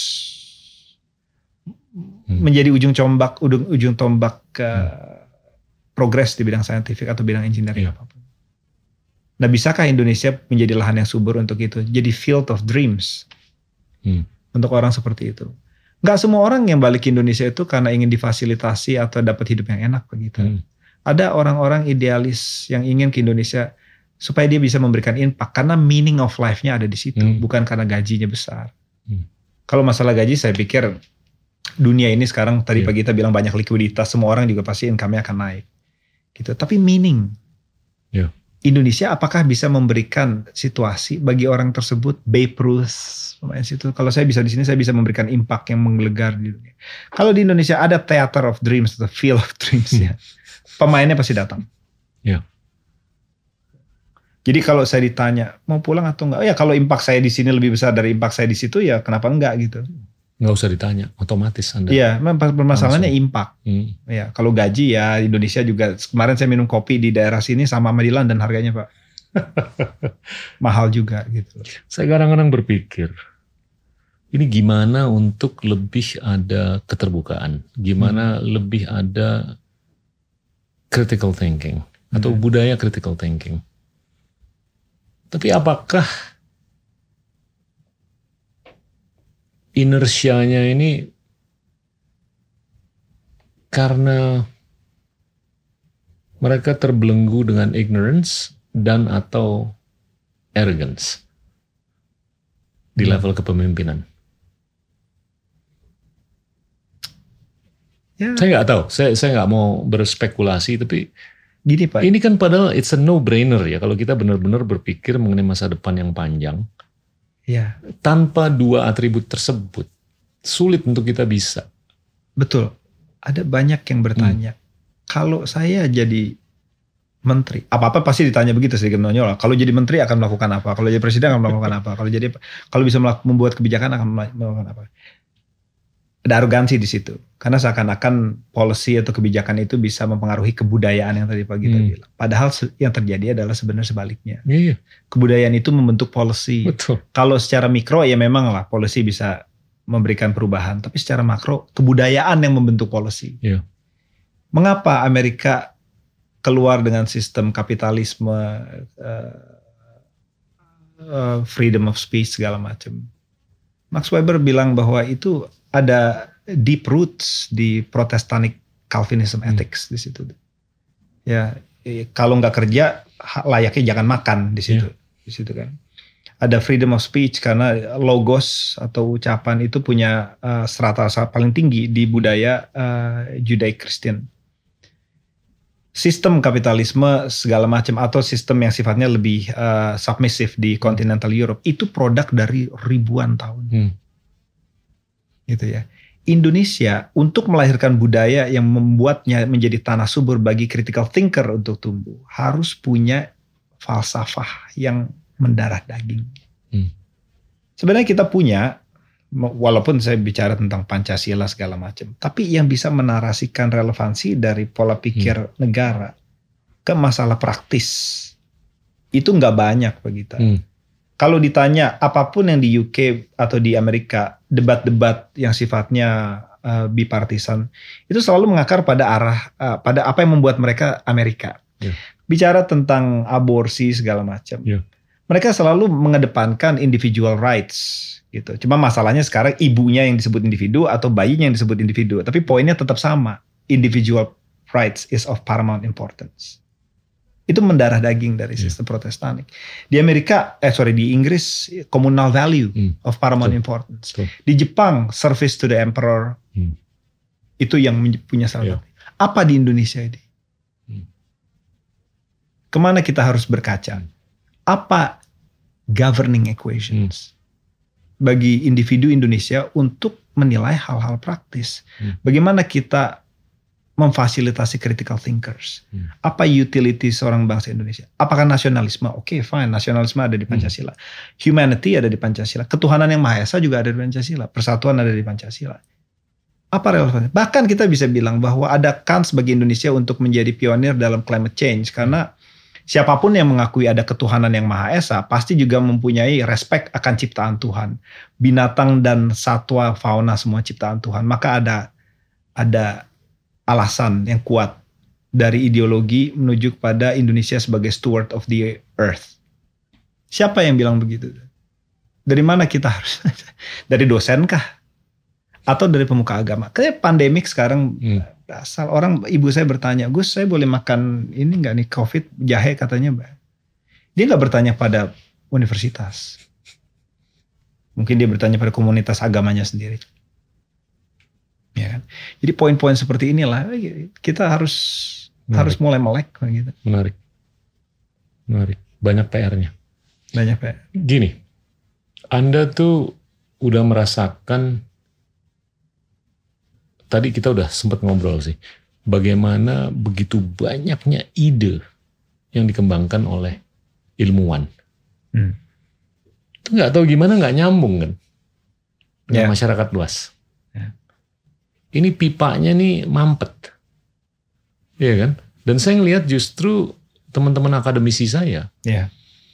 hmm. menjadi ujung tombak ujung, ujung tombak ke hmm. progres di bidang saintifik atau bidang engineering yeah. apapun. Nah, bisakah Indonesia menjadi lahan yang subur untuk itu? Jadi field of dreams hmm. untuk orang seperti itu. Gak semua orang yang balik ke Indonesia itu karena ingin difasilitasi atau dapat hidup yang enak begitu. Hmm. Ada orang-orang idealis yang ingin ke Indonesia supaya dia bisa memberikan impact karena meaning of life-nya ada di situ, hmm. bukan karena gajinya besar. Hmm. Kalau masalah gaji saya pikir dunia ini sekarang tadi yeah. pagi kita bilang banyak likuiditas, semua orang juga pasti income-nya akan naik. Gitu. Tapi meaning yeah. Indonesia apakah bisa memberikan situasi bagi orang tersebut, Babe Ruth, pemain situ. Kalau saya bisa di sini, saya bisa memberikan impact yang menggelegar di dunia. Kalau di Indonesia ada Theater of Dreams atau Field of Dreams hmm. ya, pemainnya pasti datang. Ya. Jadi kalau saya ditanya mau pulang atau enggak, ya kalau impact saya di sini lebih besar dari impact saya di situ, ya kenapa enggak gitu? Nggak usah ditanya, otomatis Anda. Iya, permasalahannya impact. Hmm. Ya, kalau gaji ya Indonesia juga. Kemarin saya minum kopi di daerah sini sama di London harganya Pak. Mahal juga gitu. Saya kadang-kadang berpikir, ini gimana untuk lebih ada keterbukaan, gimana hmm. lebih ada critical thinking atau hmm. budaya critical thinking. Tapi apakah inersianya ini karena mereka terbelenggu dengan ignorance dan atau arrogance di level kepemimpinan? Ya. Saya nggak tahu, saya saya nggak mau berspekulasi, tapi gini Pak, ini kan padahal it's a no-brainer ya kalau kita benar-benar berpikir mengenai masa depan yang panjang. Ya. Tanpa dua atribut tersebut, sulit untuk kita bisa. Betul. Ada banyak yang bertanya, hmm. kalau saya jadi menteri, apa-apa pasti ditanya begitu sedikit menonjol. Kalau jadi menteri akan melakukan apa? Kalau jadi presiden akan melakukan apa? Kalau jadi kalau bisa membuat kebijakan akan melakukan apa? Ada arogansi di situ. Karena seakan-akan policy atau kebijakan itu bisa mempengaruhi kebudayaan yang tadi Pak Gita hmm. bilang. Padahal yang terjadi adalah sebenarnya sebaliknya. Iya. Kebudayaan itu membentuk policy. Betul. Kalau secara mikro ya memang lah policy bisa memberikan perubahan. Tapi secara makro kebudayaan yang membentuk policy. Iya. Mengapa Amerika keluar dengan sistem kapitalisme, uh, uh, freedom of speech segala macam. Max Weber bilang bahwa itu ada deep roots di Protestanic Calvinism ethics hmm. di situ. Ya, kalau nggak kerja layaknya jangan makan di situ, yeah. di situ kan. Ada freedom of speech karena logos atau ucapan itu punya uh, strata paling tinggi di budaya uh, Judaic Christian. Sistem kapitalisme segala macam atau sistem yang sifatnya lebih uh, submissive di continental Europe itu produk dari ribuan tahun. Hmm. Gitu ya. Indonesia untuk melahirkan budaya yang membuatnya menjadi tanah subur bagi critical thinker untuk tumbuh harus punya falsafah yang mendarah daging. Hmm. Sebenarnya kita punya, walaupun saya bicara tentang Pancasila segala macam, tapi yang bisa menarasikan relevansi dari pola pikir hmm. negara ke masalah praktis itu nggak banyak begitu. Hmm. Kalau ditanya apapun yang di U K atau di Amerika, debat-debat yang sifatnya uh, bipartisan, itu selalu mengakar pada arah, uh, pada apa yang membuat mereka Amerika. Yeah. Bicara tentang aborsi segala macam. Yeah. Mereka selalu mengedepankan individual rights. Gitu. Cuma masalahnya sekarang ibunya yang disebut individu atau bayinya yang disebut individu. Tapi poinnya tetap sama. Individual rights is of paramount importance. Itu mendarah daging dari sistem yeah. Protestanik. Di Amerika, eh sorry di Inggris, communal value hmm. of paramount Betul. Importance. Betul. Di Jepang, service to the emperor. Hmm. Itu yang punya salah. Yeah. Apa di Indonesia ini? Hmm. Kemana kita harus berkaca? Apa governing equations hmm. bagi individu Indonesia untuk menilai hal-hal praktis? Hmm. Bagaimana kita memfasilitasi critical thinkers. Hmm. Apa utility seorang bangsa Indonesia? Apakah nasionalisme? Oke, okay, fine. Nasionalisme ada di Pancasila. Hmm. Humanity ada di Pancasila. Ketuhanan yang Maha Esa juga ada di Pancasila. Persatuan ada di Pancasila. Apa relevansinya? Bahkan kita bisa bilang bahwa ada kans bagi Indonesia untuk menjadi pionir dalam climate change. Karena siapapun yang mengakui ada ketuhanan yang Maha Esa pasti juga mempunyai respect akan ciptaan Tuhan. Binatang dan satwa, fauna semua ciptaan Tuhan. Maka ada ada alasan yang kuat dari ideologi menuju kepada Indonesia sebagai steward of the earth. Siapa yang bilang begitu? Dari mana kita harus? Dari dosen kah? Atau dari pemuka agama. Kayak pandemik sekarang, hmm. asal orang, ibu saya bertanya, Gus saya boleh makan ini nggak nih, COVID, jahe katanya. Dia nggak bertanya pada universitas. Mungkin dia bertanya pada komunitas agamanya sendiri. Ya kan? Jadi poin-poin seperti inilah kita harus Menarik. harus mulai melek gitu. Menarik. Menarik. Banyak P R-nya. Banyak P R. Gini, Anda tuh udah merasakan, tadi kita udah sempat ngobrol sih, bagaimana begitu banyaknya ide yang dikembangkan oleh ilmuwan. Hmm. Itu nggak tahu gimana nggak nyambung kan dengan yeah. masyarakat luas. Yeah. Ini pipanya nih mampet, iya kan? Dan saya ngelihat justru teman-teman akademisi saya yeah.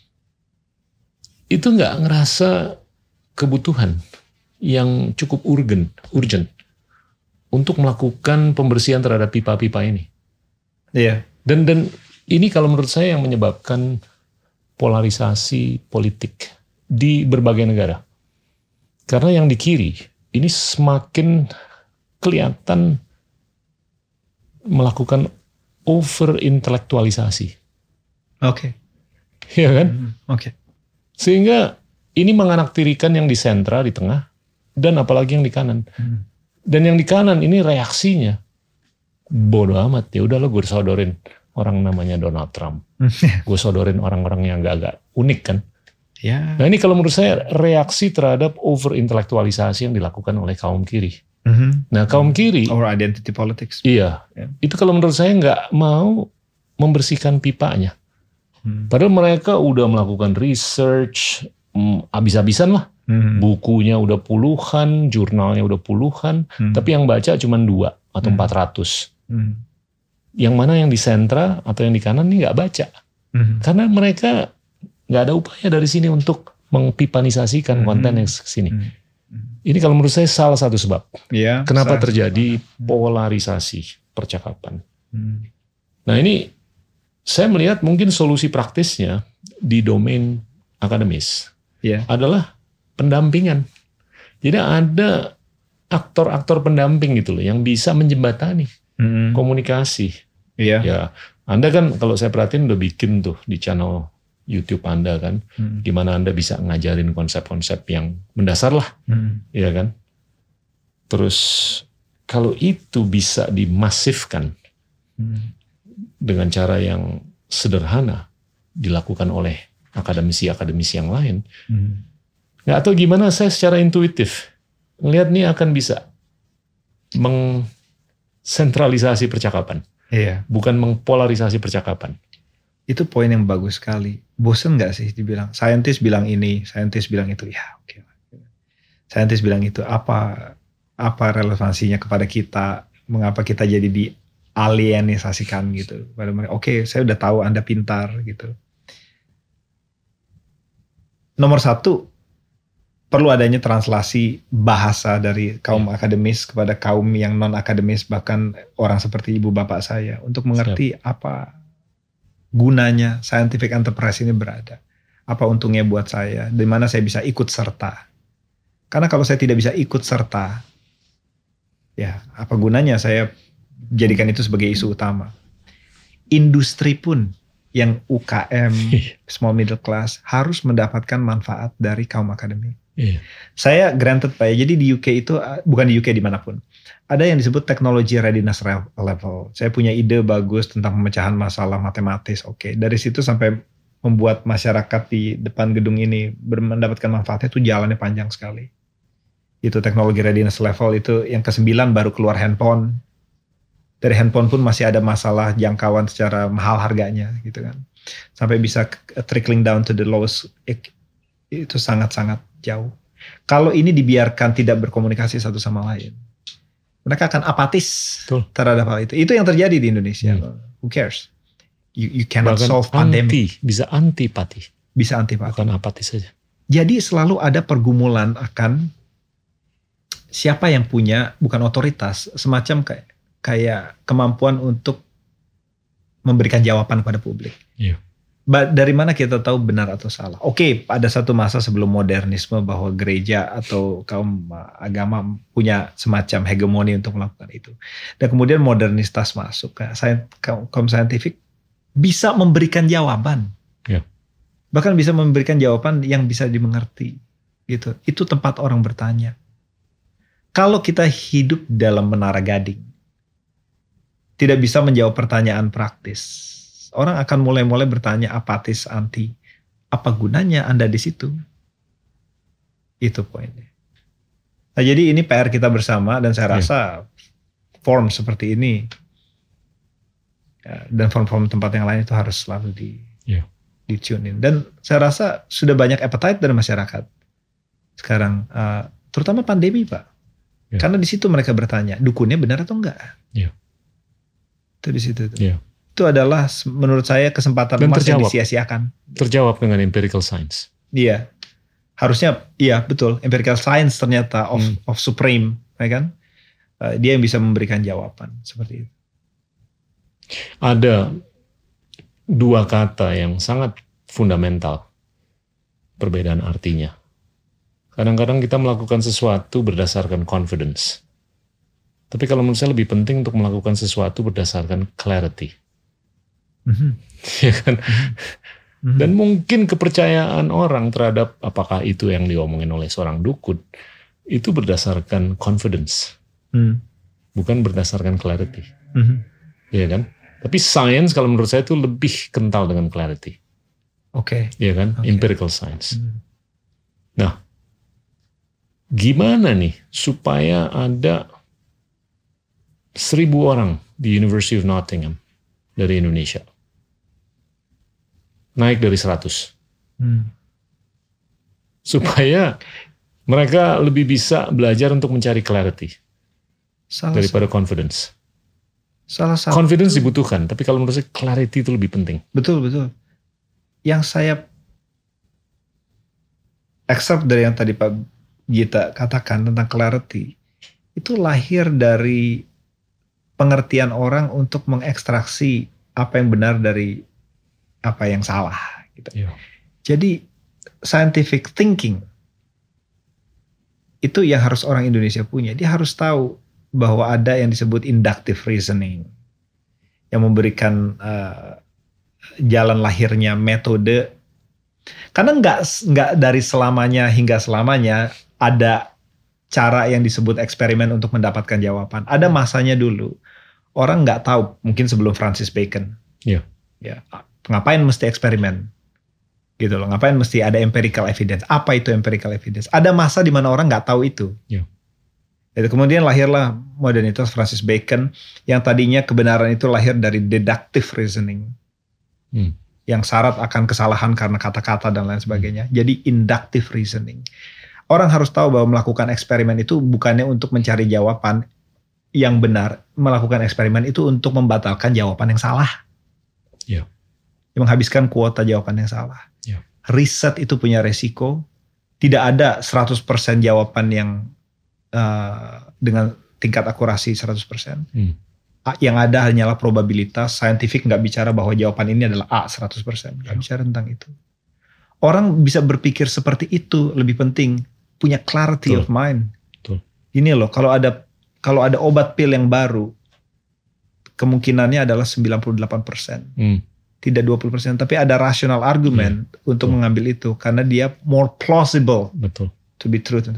itu nggak ngerasa kebutuhan yang cukup urgent, urgent untuk melakukan pembersihan terhadap pipa-pipa ini. Iya. Dan dan ini kalau menurut saya yang menyebabkan polarisasi politik di berbagai negara. Karena yang di kiri ini semakin kelihatan melakukan over intelektualisasi. Oke. Okay. Iya kan? Mm, Oke. Okay. Sehingga ini menganaktirikan yang di sentra, di tengah, dan apalagi yang di kanan. Hmm. Dan yang di kanan ini reaksinya bodoh amat. Ya udah lo gue sodorin orang namanya Donald Trump. Gue sodorin orang-orang yang agak-agak unik kan. Yeah. Nah ini kalau menurut saya reaksi terhadap over intelektualisasi yang dilakukan oleh kaum kiri. Mm-hmm. Nah kaum kiri. Or identity politics. Iya. Yeah. Itu kalau menurut saya nggak mau membersihkan pipanya. Hmm. Padahal mereka udah melakukan research, hmm, abis-abisan lah. Hmm. Bukunya udah puluhan, jurnalnya udah puluhan, hmm. tapi yang baca cuma dua atau empat hmm. ratus. Hmm. Yang mana yang di sentra atau yang di kanan ini nggak baca. Hmm. Karena mereka nggak ada upaya dari sini untuk mengpipanisasikan hmm. konten yang kesini. Hmm. Ini kalau menurut saya salah satu sebab. Ya, kenapa terjadi polarisasi percakapan. Hmm. Nah ini saya melihat mungkin solusi praktisnya di domain akademis yeah. adalah pendampingan. Jadi ada aktor-aktor pendamping gitu loh yang bisa menjembatani mm. komunikasi. Yeah. Ya, Anda kan kalau saya perhatiin udah bikin tuh di channel YouTube Anda kan, mm. gimana Anda bisa ngajarin konsep-konsep yang mendasar lah, mm. ya kan. Terus kalau itu bisa dimasifkan. Mm. dengan cara yang sederhana dilakukan oleh akademisi-akademisi yang lain. Hmm. Nggak tahu gimana saya secara intuitif ngelihat nih akan bisa mengsentralisasi percakapan. Iya. Bukan mengpolarisasi percakapan. Itu poin yang bagus sekali. Bosen nggak sih dibilang, saintis bilang ini, saintis bilang itu. Ya oke. Okay. Saintis bilang itu, apa apa relevansinya kepada kita, mengapa kita jadi di alienisasikan gitu pada mereka. Oke, saya udah tahu Anda pintar gitu. Nomor satu, perlu adanya translasi bahasa dari kaum ya. akademis kepada kaum yang non akademis, bahkan orang seperti ibu bapak saya, untuk mengerti Siap. apa gunanya scientific enterprise ini berada. Apa untungnya buat saya, di mana saya bisa ikut serta. Karena kalau saya tidak bisa ikut serta, ya apa gunanya saya jadikan itu sebagai isu utama. Industri pun yang U K M, small middle class, harus mendapatkan manfaat dari kaum akademik. Yeah. Saya granted Pak ya, jadi di U K itu, bukan di U K dimanapun, ada yang disebut technology readiness level. Saya punya ide bagus tentang pemecahan masalah matematis, oke. Okay. Dari situ sampai membuat masyarakat di depan gedung ini mendapatkan manfaatnya itu jalannya panjang sekali. Itu technology readiness level itu yang kesembilan baru keluar handphone. Dari handphone pun masih ada masalah jangkauan secara mahal harganya gitu kan. Sampai bisa trickling down to the lowest, itu sangat-sangat jauh. Kalau ini dibiarkan tidak berkomunikasi satu sama lain, mereka akan apatis Betul. terhadap hal itu. Itu yang terjadi di Indonesia. Hmm. Who cares? You, you cannot Bahkan solve pandemic. Anti, bisa antipati. Bisa antipati. Bukan apatis saja. Jadi selalu ada pergumulan akan siapa yang punya, bukan otoritas, semacam kayak kayak kemampuan untuk memberikan jawaban kepada publik. Yeah. dari mana kita tahu benar atau salah? Oke, okay, ada satu masa sebelum modernisme bahwa gereja atau kaum agama punya semacam hegemoni untuk melakukan itu. Dan kemudian modernitas masuk, kaum saintifik bisa memberikan jawaban. Ya. Bahkan bisa memberikan jawaban yang bisa dimengerti. Gitu. Itu tempat orang bertanya. Kalau kita hidup dalam menara gading, tidak bisa menjawab pertanyaan praktis. Orang akan mulai-mulai bertanya apatis, anti. Apa gunanya Anda di situ? Itu poinnya. Nah, jadi ini P R kita bersama dan saya rasa yeah. form seperti ini ya, dan form-form tempat yang lain itu harus selalu di, yeah. di tune in. Dan saya rasa sudah banyak appetite dari masyarakat sekarang, uh, terutama pandemi Pak. Yeah. Karena di situ mereka bertanya, dukunnya benar atau enggak? Yeah. Itu di situ. Yeah. Itu adalah menurut saya kesempatan emas yang disia-siakan. Terjawab dengan empirical science. Iya, harusnya iya betul. Empirical science ternyata of, hmm. of supreme, ya kan? Uh, dia yang bisa memberikan jawaban seperti itu. Ada dua kata yang sangat fundamental, perbedaan artinya. Kadang-kadang kita melakukan sesuatu berdasarkan confidence. Tapi kalau menurut saya lebih penting untuk melakukan sesuatu berdasarkan clarity. Mm-hmm. Ya kan? Mm-hmm. Dan mungkin kepercayaan orang terhadap apakah itu yang diomongin oleh seorang dukun itu berdasarkan confidence, mm. bukan berdasarkan clarity. Mm-hmm. Ya kan? Tapi science kalau menurut saya itu lebih kental dengan clarity. Oke. Okay. Ya kan? Okay. Empirical science. Mm. Nah, gimana nih supaya ada seribu orang di University of Nottingham dari Indonesia? Naik dari seratus. Hmm. Supaya mereka lebih bisa belajar untuk mencari clarity. Salah daripada satu. confidence. Salah satu. Confidence dibutuhkan, tapi kalau menurut saya clarity itu lebih penting. Betul, betul. Yang saya excerpt dari yang tadi Pak Gita katakan tentang clarity, itu lahir dari pengertian orang untuk mengekstraksi apa yang benar dari apa yang salah. Gitu. Yeah. Jadi scientific thinking itu yang harus orang Indonesia punya. Dia harus tahu bahwa ada yang disebut inductive reasoning yang memberikan uh, jalan lahirnya metode. Karena nggak nggak dari selamanya hingga selamanya ada cara yang disebut eksperimen untuk mendapatkan jawaban. Ada masanya dulu. Orang nggak tahu, mungkin sebelum Francis Bacon. Yeah. Ya, ngapain mesti eksperimen? Gitu loh, ngapain mesti ada empirical evidence? Apa itu empirical evidence? Ada masa di mana orang nggak tahu itu. Yeah. Jadi kemudian lahirlah modernitas Francis Bacon, yang tadinya kebenaran itu lahir dari deductive reasoning. Hmm. Yang syarat akan kesalahan karena kata-kata dan lain sebagainya. Jadi inductive reasoning. Orang harus tahu bahwa melakukan eksperimen itu bukannya untuk mencari jawaban yang benar. Melakukan eksperimen itu untuk membatalkan jawaban yang salah. Yeah. Menghabiskan kuota jawaban yang salah. Yeah. Riset itu punya resiko. Tidak ada seratus persen jawaban yang uh, dengan tingkat akurasi seratus persen. Hmm. Yang ada hanyalah probabilitas. Scientific nggak bicara bahwa jawaban ini adalah A seratus persen. Nggak yeah. bicara tentang itu. Orang bisa berpikir seperti itu lebih penting. Punya clarity Betul. of mind. Betul. Ini loh, kalau ada kalau ada obat pil yang baru, kemungkinannya adalah sembilan puluh delapan persen. Hmm. Tidak dua puluh persen, tapi ada rational argument yeah. untuk Betul. mengambil itu karena dia more plausible Betul. to be true.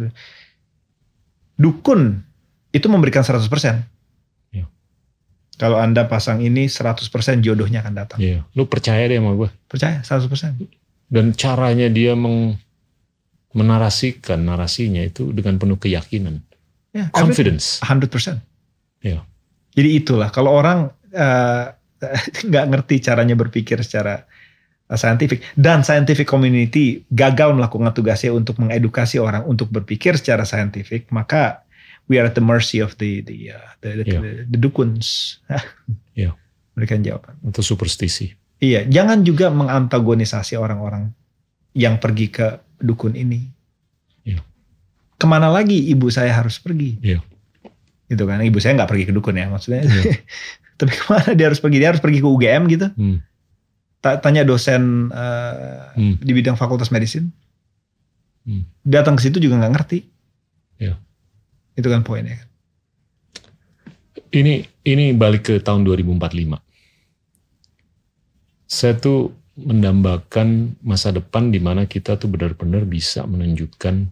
Dukun itu memberikan seratus persen. Yeah. Kalau Anda pasang ini seratus persen jodohnya akan datang. Iya, yeah. Lu percaya deh sama gue. Percaya seratus persen. Dan caranya dia meng menarasikan narasinya itu dengan penuh keyakinan. Yeah, confidence. one hundred percent. Yeah. Jadi itulah kalau orang uh, nggak ngerti caranya berpikir secara uh, saintifik dan scientific community gagal melakukan tugasnya untuk mengedukasi orang untuk berpikir secara saintifik, maka we are at the mercy of the the uh, the, the, yeah. the, the dukuns. yeah. Berikan jawaban. Atau superstisi. Iya, jangan juga mengantagonisasi orang-orang yang pergi ke dukun ini. Yeah. Kemana lagi ibu saya harus pergi? Yeah. Gitu kan, ibu saya nggak pergi ke dukun ya maksudnya. Yeah. Tapi kemana dia harus pergi? Dia harus pergi ke U G M gitu. Hmm. tanya dosen uh, hmm. di bidang fakultas medicine, hmm. datang ke situ juga nggak ngerti. Ya. Itu kan poinnya. Ini ini balik ke tahun dua ribu empat puluh lima. Saya tuh mendambakan masa depan di mana kita tuh benar-benar bisa menunjukkan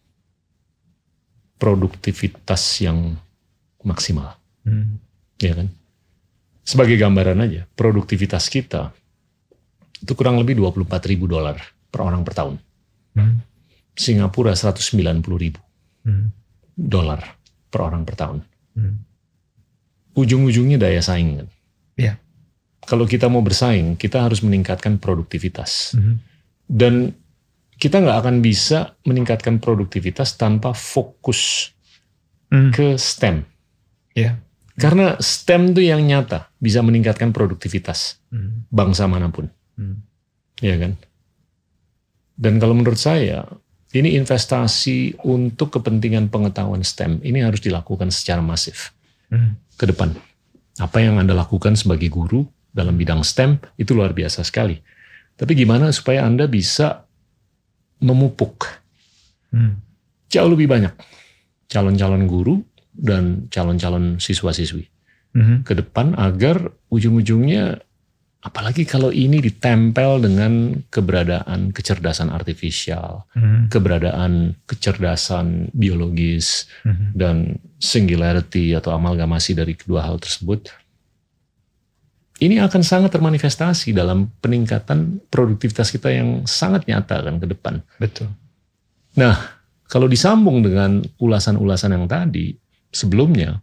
produktivitas yang maksimal. Hmm. Ya kan? Sebagai gambaran aja, produktivitas kita itu kurang lebih dua puluh empat ribu dolar per orang per tahun. Hmm. Singapura seratus sembilan puluh ribu hmm. dolar per orang per tahun. Hmm. Ujung-ujungnya daya saing kan. Yeah. Kalau kita mau bersaing, kita harus meningkatkan produktivitas. Hmm. Dan kita nggak akan bisa meningkatkan produktivitas tanpa fokus hmm. ke STEM. Yeah. Karena STEM itu yang nyata bisa meningkatkan produktivitas hmm. bangsa manapun. Hmm. Ya kan? Dan kalau menurut saya, ini investasi untuk kepentingan pengetahuan STEM ini harus dilakukan secara masif hmm. ke depan. Apa yang Anda lakukan sebagai guru dalam bidang STEM itu luar biasa sekali. Tapi gimana supaya Anda bisa memupuk hmm. jauh lebih banyak calon-calon guru dan calon-calon siswa-siswi hmm. ke depan agar ujung-ujungnya, apalagi kalau ini ditempel dengan keberadaan kecerdasan artifisial, hmm. keberadaan kecerdasan biologis, hmm. dan singularity atau amalgamasi dari kedua hal tersebut, ini akan sangat termanifestasi dalam peningkatan produktivitas kita yang sangat nyata kan ke depan. Betul. Nah, kalau disambung dengan ulasan-ulasan yang tadi sebelumnya,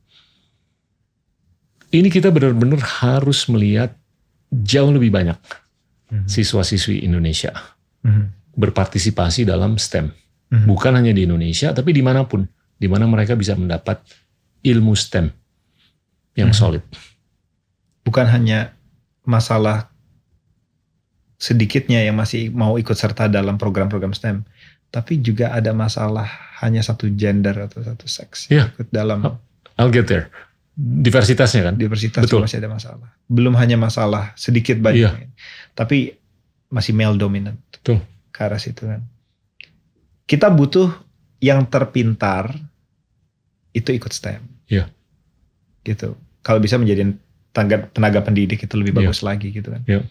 ini kita benar-benar harus melihat jauh lebih banyak mm-hmm. siswa-siswi Indonesia mm-hmm. berpartisipasi dalam STEM. Mm-hmm. Bukan hanya di Indonesia, tapi dimanapun. Di mana mereka bisa mendapat ilmu STEM yang mm-hmm. solid. Bukan hanya masalah sedikitnya yang masih mau ikut serta dalam program-program STEM, tapi juga ada masalah hanya satu gender atau satu seks yeah. ikut dalam. I'll get there. Diversitasnya kan? Diversitas masih ada masalah. Belum hanya masalah sedikit banyak, yeah. tapi masih male dominant. Betul. Ke arah situ kan. Kita butuh yang terpintar itu ikut STEM. Iya. Yeah. Gitu. Kalau bisa menjadi tenaga, tenaga pendidik itu lebih bagus yeah. lagi gitu kan. Yeah.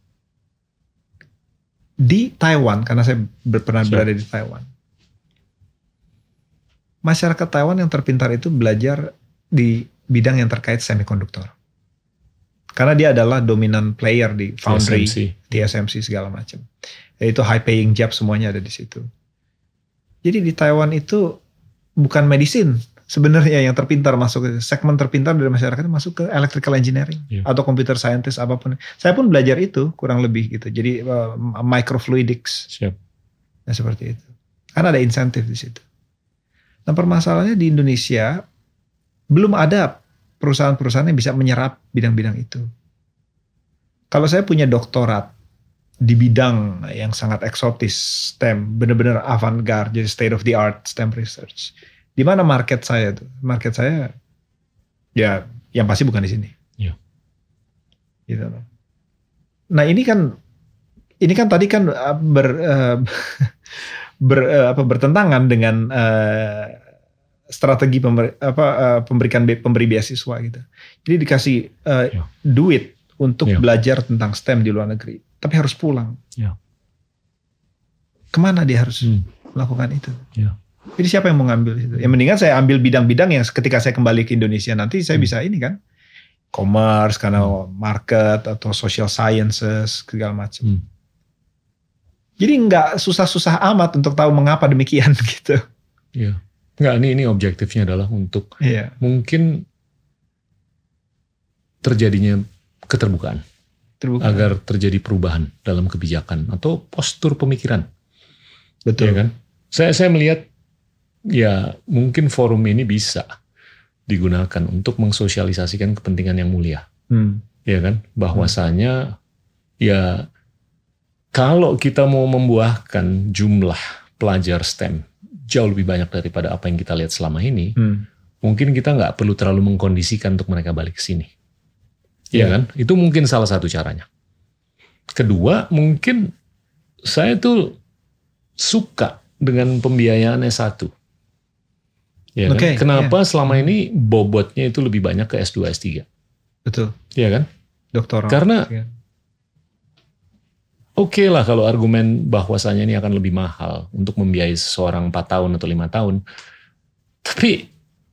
Di Taiwan, karena saya pernah berada di Taiwan, masyarakat Taiwan yang terpintar itu belajar di bidang yang terkait semikonduktor. Karena dia adalah dominan player di foundry, T S M C, T S M C segala macam. Yaitu high paying job semuanya ada di situ. Jadi di Taiwan itu bukan medicine sebenarnya yang terpintar masuk ke segmen terpintar dari masyarakat masuk ke electrical engineering yeah. atau computer scientist apapun. Saya pun belajar itu kurang lebih gitu. Jadi uh, microfluidics. Siap. Nah, seperti itu. Karena ada insentif di situ. Nah, permasalahannya di Indonesia belum ada perusahaan-perusahaan yang bisa menyerap bidang-bidang itu. Kalau saya punya doktorat di bidang yang sangat eksotis STEM, benar-benar avant-garde, jadi state of the art STEM research. Di mana market saya tuh? Market saya ya yang pasti bukan di sini. Ya. Gitu. Nah, ini kan ini kan tadi kan ber, uh, ber uh, apa bertentangan dengan uh, strategi pemberi, apa, uh, pemberikan pemberi beasiswa gitu. Jadi dikasih uh, ya. duit untuk ya. belajar tentang STEM di luar negeri, tapi harus pulang. Ya. Kemana dia harus hmm. melakukan itu? Ya. Jadi siapa yang mau ngambil itu? Ya mendingan saya ambil bidang-bidang yang ketika saya kembali ke Indonesia nanti saya hmm. bisa ini kan, commerce karena hmm. market atau social sciences segala macam. Hmm. Jadi nggak susah-susah amat untuk tahu mengapa demikian gitu. Iya. Nggak, ini ini objektifnya adalah untuk yeah. mungkin terjadinya keterbukaan, Terbukaan. agar terjadi perubahan dalam kebijakan atau postur pemikiran. Betul ya kan? Saya saya melihat ya mungkin forum ini bisa digunakan untuk mensosialisasikan kepentingan yang mulia, hmm. ya kan? Bahwasanya hmm. ya kalau kita mau membuahkan jumlah pelajar STEM jauh lebih banyak daripada apa yang kita lihat selama ini, hmm. mungkin kita nggak perlu terlalu mengkondisikan untuk mereka balik ke sini. Iya yeah. kan? Itu mungkin salah satu caranya. Kedua, mungkin saya tuh suka dengan pembiayaan S satu. Ya kan? Okay, Kenapa yeah. selama ini bobotnya itu lebih banyak ke S dua, S tiga? Betul. Iya kan? Doktoral. Karena yeah. oke okay lah kalau argumen bahwasanya ini akan lebih mahal untuk membiayai seseorang empat tahun atau lima tahun. Tapi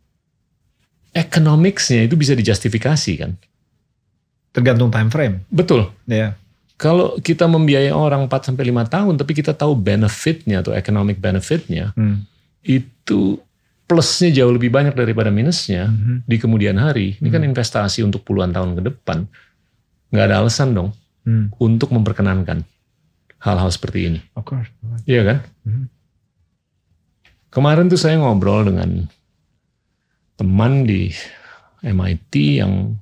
economics-nya itu bisa dijustifikasi kan? Tergantung time frame. Betul. Ya. Yeah. Kalau kita membiayai orang empat sampai lima tahun, tapi kita tahu benefit-nya atau economic benefit-nya, hmm. itu plusnya jauh lebih banyak daripada minusnya hmm. di kemudian hari. Ini hmm. kan investasi untuk puluhan tahun ke depan. Nggak ada alasan dong hmm. untuk memperkenankan hal-hal seperti ini. Of course. Iya kan? Hmm. Kemarin tuh saya ngobrol dengan teman di M I T yang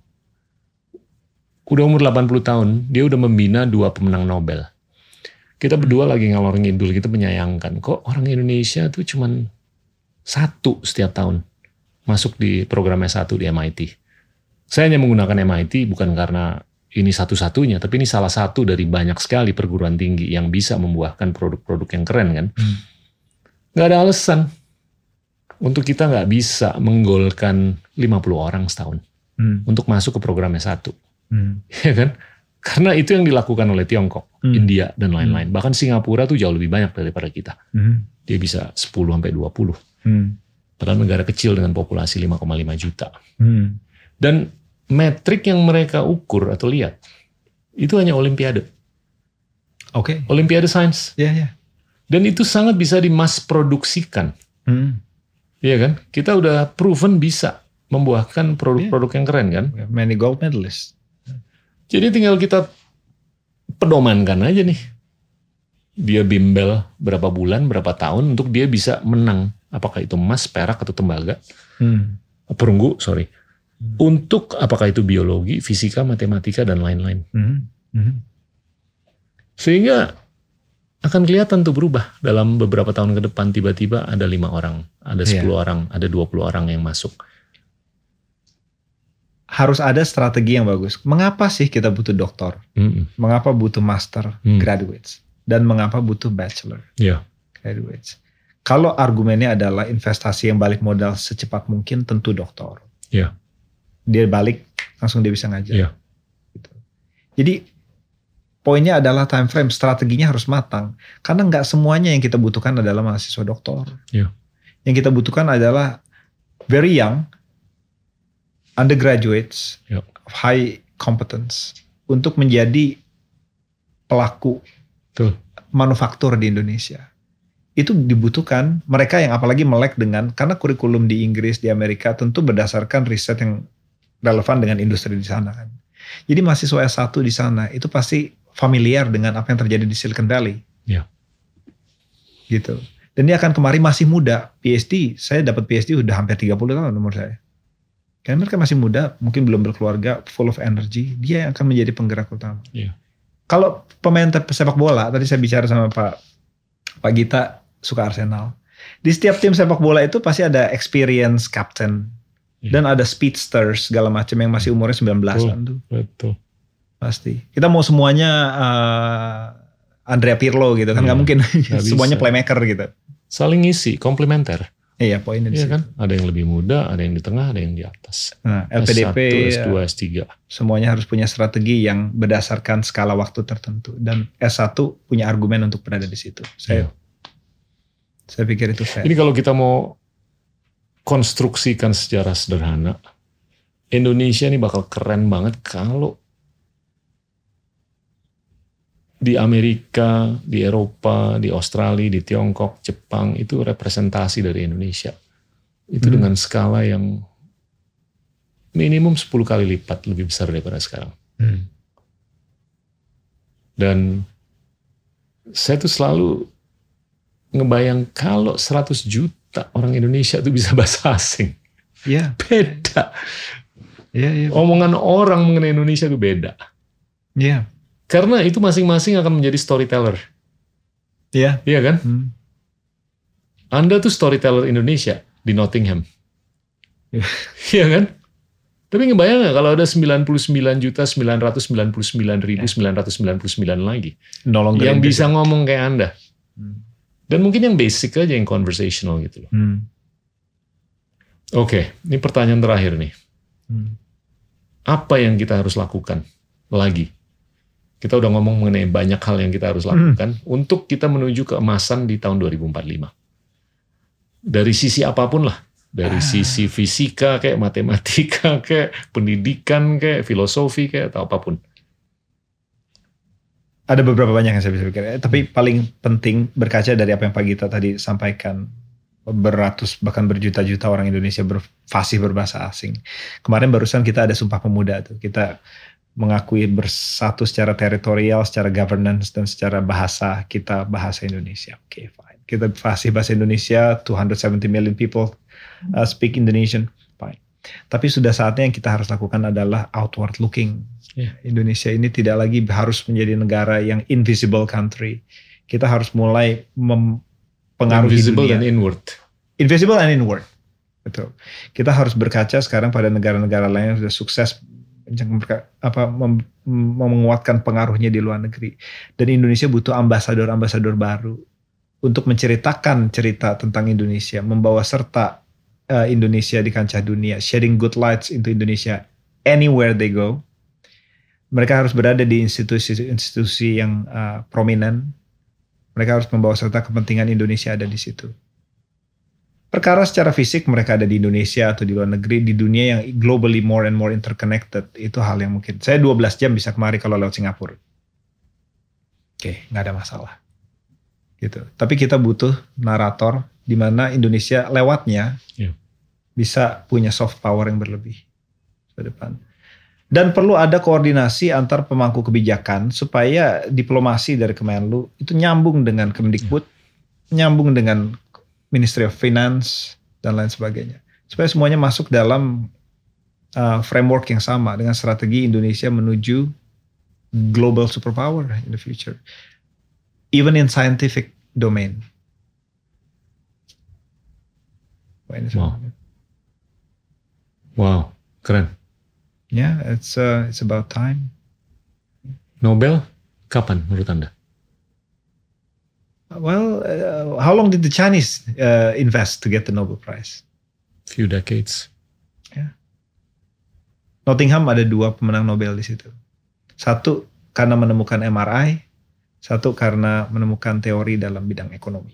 udah umur delapan puluh tahun, dia udah membina dua pemenang Nobel. Kita berdua lagi ngalor ngidul, kita menyayangkan, kok orang Indonesia tuh cuman satu setiap tahun masuk di program S satu di M I T. Saya hanya menggunakan M I T bukan karena ini satu-satunya, tapi ini salah satu dari banyak sekali perguruan tinggi yang bisa membuahkan produk-produk yang keren kan. Hmm. Gak ada alasan untuk kita gak bisa menggolkan lima puluh orang setahun hmm. untuk masuk ke program S satu. Hmm. Ya kan? Karena itu yang dilakukan oleh Tiongkok, hmm. India, dan lain-lain. Hmm. Bahkan Singapura tuh jauh lebih banyak daripada kita. Hmm. Dia bisa sepuluh sampai dua puluh. Hmm. Padahal negara kecil dengan populasi lima koma lima juta. Hmm. Dan metrik yang mereka ukur atau lihat, itu hanya Olimpiade. Oke. Okay. Olimpiade Sains. Iya, yeah, iya. Yeah. Dan itu sangat bisa dimass produksikan. Hmm. Iya kan? Kita udah proven bisa membuahkan produk-produk yeah. yang keren kan? Many gold medalists. Jadi tinggal kita pedomankan aja nih. Dia bimbel berapa bulan, berapa tahun untuk dia bisa menang. Apakah itu emas, perak, atau tembaga. Hmm. Perunggu, sorry. Hmm. Untuk apakah itu biologi, fisika, matematika, dan lain-lain. Hmm. Hmm. Sehingga akan kelihatan tuh berubah. Dalam beberapa tahun ke depan tiba-tiba ada lima orang, ada sepuluh yeah. orang, ada dua puluh orang yang masuk. Harus ada strategi yang bagus. Mengapa sih kita butuh doktor? Mm-mm. Mengapa butuh master mm. graduates? Dan mengapa butuh bachelor yeah. graduates? Kalau argumennya adalah investasi yang balik modal secepat mungkin, tentu doktor. Yeah. Dia balik, langsung dia bisa ngajar. Yeah. Gitu. Jadi poinnya adalah time frame, strateginya harus matang. Karena nggak semuanya yang kita butuhkan adalah mahasiswa doktor. Yeah. Yang kita butuhkan adalah very young, undergraduates yep. of high competence untuk menjadi pelaku Tuh. manufaktur di Indonesia. Itu dibutuhkan mereka yang apalagi melek dengan, karena kurikulum di Inggris, di Amerika tentu berdasarkan riset yang relevan dengan industri di sana kan. Jadi mahasiswa S satu di sana itu pasti familiar dengan apa yang terjadi di Silicon Valley. Ya. Gitu. Dan dia akan kemari masih muda, P H D. Saya dapat P H D udah hampir tiga puluh tahun umur saya. Karena mereka masih muda, mungkin belum berkeluarga, full of energy, dia yang akan menjadi penggerak utama. Yeah. Kalau pemain sepak bola, tadi saya bicara sama Pak Pak Gita, suka Arsenal. Di setiap tim sepak bola itu pasti ada experience captain, yeah. dan ada speedsters segala macam yang masih umurnya sembilan belasan tuh. Betul. Pasti. Kita mau semuanya uh, Andrea Pirlo gitu kan, nggak yeah. mungkin semuanya playmaker gitu. Saling ngisi, komplementer. Iya, poinnya di situ. Iya kan? Ada yang lebih muda, ada yang di tengah, ada yang di atas. Nah, L P D P, S satu, S dua, S tiga. Semuanya harus punya strategi yang berdasarkan skala waktu tertentu. Dan S satu punya argumen untuk berada di situ. Saya, yeah. saya pikir itu fair. Ini kalau kita mau konstruksikan secara sederhana, Indonesia ini bakal keren banget kalau di Amerika, di Eropa, di Australia, di Tiongkok, Jepang, itu representasi dari Indonesia. Itu hmm. dengan skala yang minimum sepuluh kali lipat lebih besar daripada sekarang. Hmm. Dan saya tuh selalu ngebayang kalau seratus juta orang Indonesia tuh bisa bahasa asing. Yeah. Beda. Yeah, yeah, Omongan orang mengenai Indonesia tuh beda. Iya. Yeah. Karena itu masing-masing akan menjadi storyteller. Iya. Iya kan? Hmm. Anda tuh storyteller Indonesia di Nottingham. Iya kan? Tapi ngebayang nggak kalau ada sembilan puluh sembilan juta sembilan ratus sembilan puluh sembilan ribu sembilan ratus sembilan puluh sembilan lagi no yang bisa ngomong kayak Anda. Hmm. Dan mungkin yang basic aja, yang conversational gitu loh. Hmm. Oke, ini pertanyaan terakhir nih. Hmm. Apa yang kita harus lakukan lagi? Kita udah ngomong mengenai banyak hal yang kita harus lakukan hmm. untuk kita menuju keemasan di tahun dua ribu empat puluh lima. Dari sisi apapun lah. Dari sisi fisika, kayak matematika, kayak pendidikan, kayak filosofi, kayak atau apapun. Ada beberapa banyak yang saya bisa pikir. Tapi paling penting berkaca dari apa yang Pak Gita tadi sampaikan. Beratus bahkan berjuta-juta orang Indonesia berfasih berbahasa asing. Kemarin barusan kita ada Sumpah Pemuda tuh. Kita mengakui bersatu secara teritorial, secara governance, dan secara bahasa kita bahasa Indonesia. Oke, okay, fine. Kita fasih bahasa Indonesia, two hundred seventy million people Uh, speak Indonesian, fine. Tapi sudah saatnya yang kita harus lakukan adalah outward looking. Yeah. Indonesia ini tidak lagi harus menjadi negara yang invisible country. Kita harus mulai mempengaruhi invisible dunia. and inward. Invisible and inward, betul. Kita harus berkaca sekarang pada negara-negara lain yang sudah sukses apa mem, menguatkan pengaruhnya di luar negeri. Dan Indonesia butuh ambasador-ambasador baru untuk menceritakan cerita tentang Indonesia, membawa serta Indonesia di kancah dunia, shedding good lights into Indonesia anywhere they go. Mereka harus berada di institusi-institusi yang uh, prominent. Mereka harus membawa serta kepentingan Indonesia ada di situ. Perkara secara fisik mereka ada di Indonesia atau di luar negeri, di dunia yang globally more and more interconnected, itu hal yang mungkin. Saya dua belas jam bisa kemari kalau lewat Singapura. Oke, nggak ada masalah. Gitu. Tapi kita butuh narator di mana Indonesia lewatnya yeah. bisa punya soft power yang berlebih ke depan. Dan perlu ada koordinasi antar pemangku kebijakan supaya diplomasi dari Kemenlu itu nyambung dengan Kemdikbud, yeah. nyambung dengan Ministry of Finance dan lain sebagainya. Supaya semuanya masuk dalam uh, framework yang sama dengan strategi Indonesia menuju global superpower in the future. Even in scientific domain. Wow. Wow, keren. Yeah, it's uh, it's about time. Nobel kapan menurut Anda? Well, uh, how long did the Chinese uh, invest to get the Nobel Prize? Few decades. Yeah. Nottingham ada dua pemenang Nobel di situ. Satu karena menemukan M R I, satu karena menemukan teori dalam bidang ekonomi.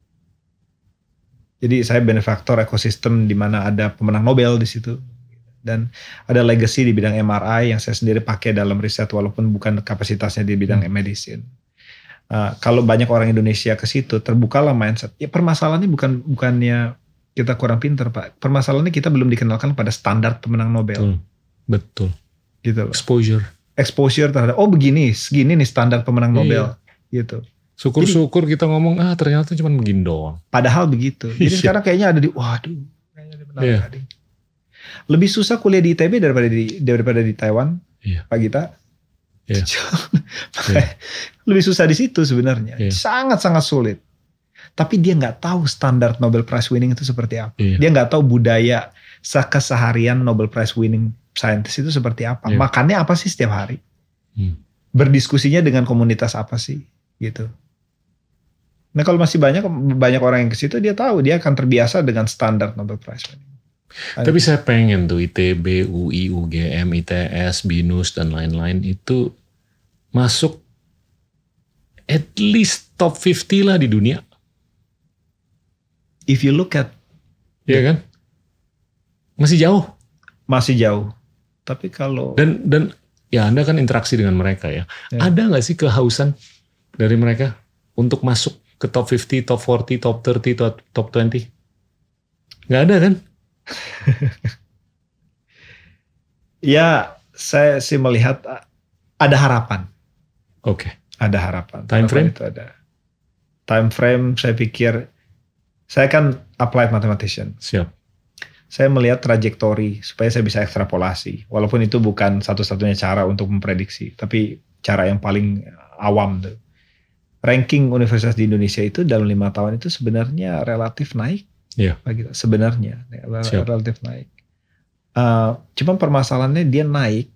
Jadi saya benefaktor ekosistem di mana ada pemenang Nobel di situ. Dan ada legacy di bidang M R I yang saya sendiri pakai dalam riset walaupun bukan kapasitasnya di bidang hmm. medicine. Uh, kalau banyak orang Indonesia ke situ, terbukalah mindset. Ya permasalahannya bukan bukannya kita kurang pintar, Pak. Permasalahannya kita belum dikenalkan pada standar pemenang Nobel. Betul. Betul. Gitu loh. Exposure. Exposure terhadap, oh begini, segini nih standar pemenang Nobel. Iya. Gitu. Syukur-syukur kita ngomong, ah ternyata cuma begini doang. Padahal begitu. Jadi yeah. sekarang kayaknya ada di, waduh, kayaknya benar yeah. tadi. Lebih susah kuliah di I T B daripada di daripada di Taiwan, yeah. Pak Gita. Yeah. yeah. Lebih susah di situ sebenarnya, yeah. sangat-sangat sulit. Tapi dia nggak tahu standar Nobel Prize winning itu seperti apa. Yeah. Dia nggak tahu budaya keseharian Nobel Prize winning scientist itu seperti apa. Yeah. Makannya apa sih setiap hari? Hmm. Berdiskusinya dengan komunitas apa sih? Gitu. Nah kalau masih banyak banyak orang yang ke situ dia tahu dia akan terbiasa dengan standar Nobel Prize. Tapi saya pengen tuh I T B, U I, U G M, I T S, BINUS dan lain-lain itu masuk at least top lima puluh lah di dunia. If you look at, iya kan? Masih jauh. Masih jauh. Tapi kalau dan dan ya Anda kan interaksi dengan mereka ya. ya. Ada nggak sih kehausan dari mereka untuk masuk ke top lima puluh, top empat puluh, top tiga puluh, top dua puluh? Nggak ada kan? Ya, saya sih melihat ada harapan. Oke. Okay. Ada harapan. Time frame? Itu ada. Time frame saya pikir, saya kan applied mathematician. Siap. Saya melihat trajektori supaya saya bisa ekstrapolasi. Walaupun itu bukan satu-satunya cara untuk memprediksi, tapi cara yang paling awam tuh. Ranking universitas di Indonesia itu dalam lima tahun itu sebenarnya relatif naik. Iya. Sebenarnya Siap. relatif naik. Uh, cuma permasalahannya dia naik